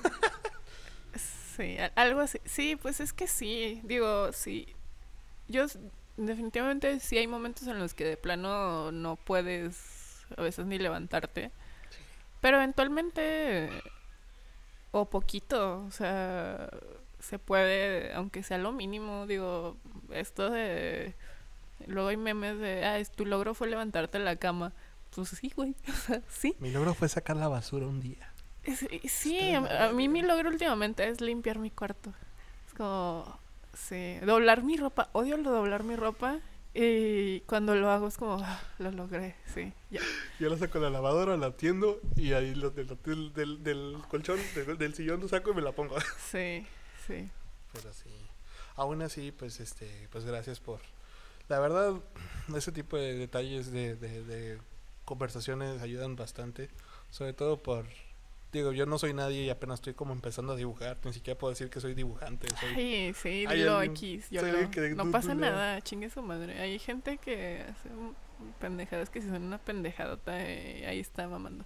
Speaker 2: Sí, a- algo así. Sí, pues es que sí. Digo, sí. Yo s- definitivamente sí hay momentos en los que de plano no puedes a veces ni levantarte. Pero eventualmente, o poquito, o sea, se puede, aunque sea lo mínimo, digo, esto de... Luego hay memes de, ah, es- tu logro fue levantarte de la cama. Pues sí, güey, o sea, sí.
Speaker 1: Mi logro fue sacar la basura un día.
Speaker 2: Es- sí,
Speaker 1: Está de la
Speaker 2: a, a mí
Speaker 1: verga.
Speaker 2: mi logro últimamente es limpiar mi cuarto. Es como, sí, doblar mi ropa. Odio lo de doblar mi ropa. Y cuando lo hago es como, ah, lo logré, sí, ya.
Speaker 1: Yo la saco de la lavadora, la atiendo y ahí lo, del, del, del, del colchón, del, del sillón lo saco y me la pongo.
Speaker 2: Sí, sí.
Speaker 1: Pero sí. Aún así, pues este, pues gracias por. La verdad, ese tipo de detalles de, de, de conversaciones ayudan bastante. Sobre todo por. Digo, yo no soy nadie y apenas estoy como empezando a dibujar. Ni siquiera puedo decir que soy dibujante. Soy,
Speaker 2: Ay, sí,
Speaker 1: hay
Speaker 2: dilo
Speaker 1: alguien-
Speaker 2: X. Yo
Speaker 1: soy
Speaker 2: no,
Speaker 1: alguien que
Speaker 2: no
Speaker 1: du-
Speaker 2: pasa
Speaker 1: dulea.
Speaker 2: nada, chingue su madre. Hay gente que hace un- pendejadas que si son una pendejadota, eh, ahí está mamando.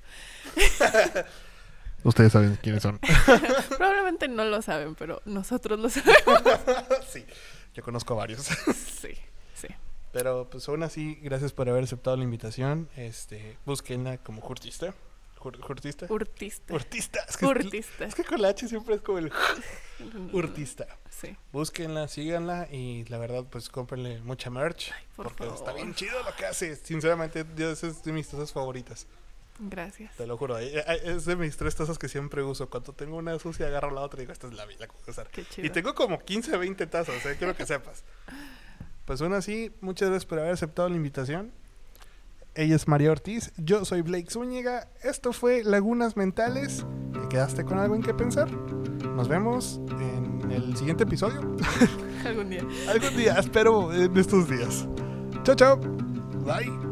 Speaker 1: Ustedes saben quiénes son.
Speaker 2: Probablemente no lo saben, pero nosotros lo sabemos.
Speaker 1: Sí, yo conozco a varios.
Speaker 2: Sí, sí.
Speaker 1: Pero pues aún así, gracias por haber aceptado la invitación. Este, búsquenla como Jurtista. Jur- ¿Jurtista?
Speaker 2: Urtista.
Speaker 1: Urtista. Es que,
Speaker 2: Urtista.
Speaker 1: es que con la H siempre es como el Urtista.
Speaker 2: Sí,
Speaker 1: Búsquenla, síganla y la verdad pues cómprenle mucha merch.
Speaker 2: por
Speaker 1: porque
Speaker 2: favor.
Speaker 1: está bien chido lo que hace. Sinceramente, yo, esa es de mis tazas favoritas.
Speaker 2: Gracias.
Speaker 1: Te lo juro. eh, eh, Es de mis tres tazas que siempre uso. Cuando tengo una sucia, agarro la otra y digo, esta es la, la que voy a usar.
Speaker 2: Qué chido.
Speaker 1: Y tengo como quince, veinte tazas, eh, quiero que sepas. Pues aún así, muchas gracias por haber aceptado la invitación. Ella es María Ortiz, yo soy Blake Zúñiga. Esto fue Lagunas Mentales. ¿Te quedaste con algo en qué pensar? Nos vemos en el siguiente episodio.
Speaker 2: Algún día.
Speaker 1: Algún día, espero en estos días. Chao, chao. Bye.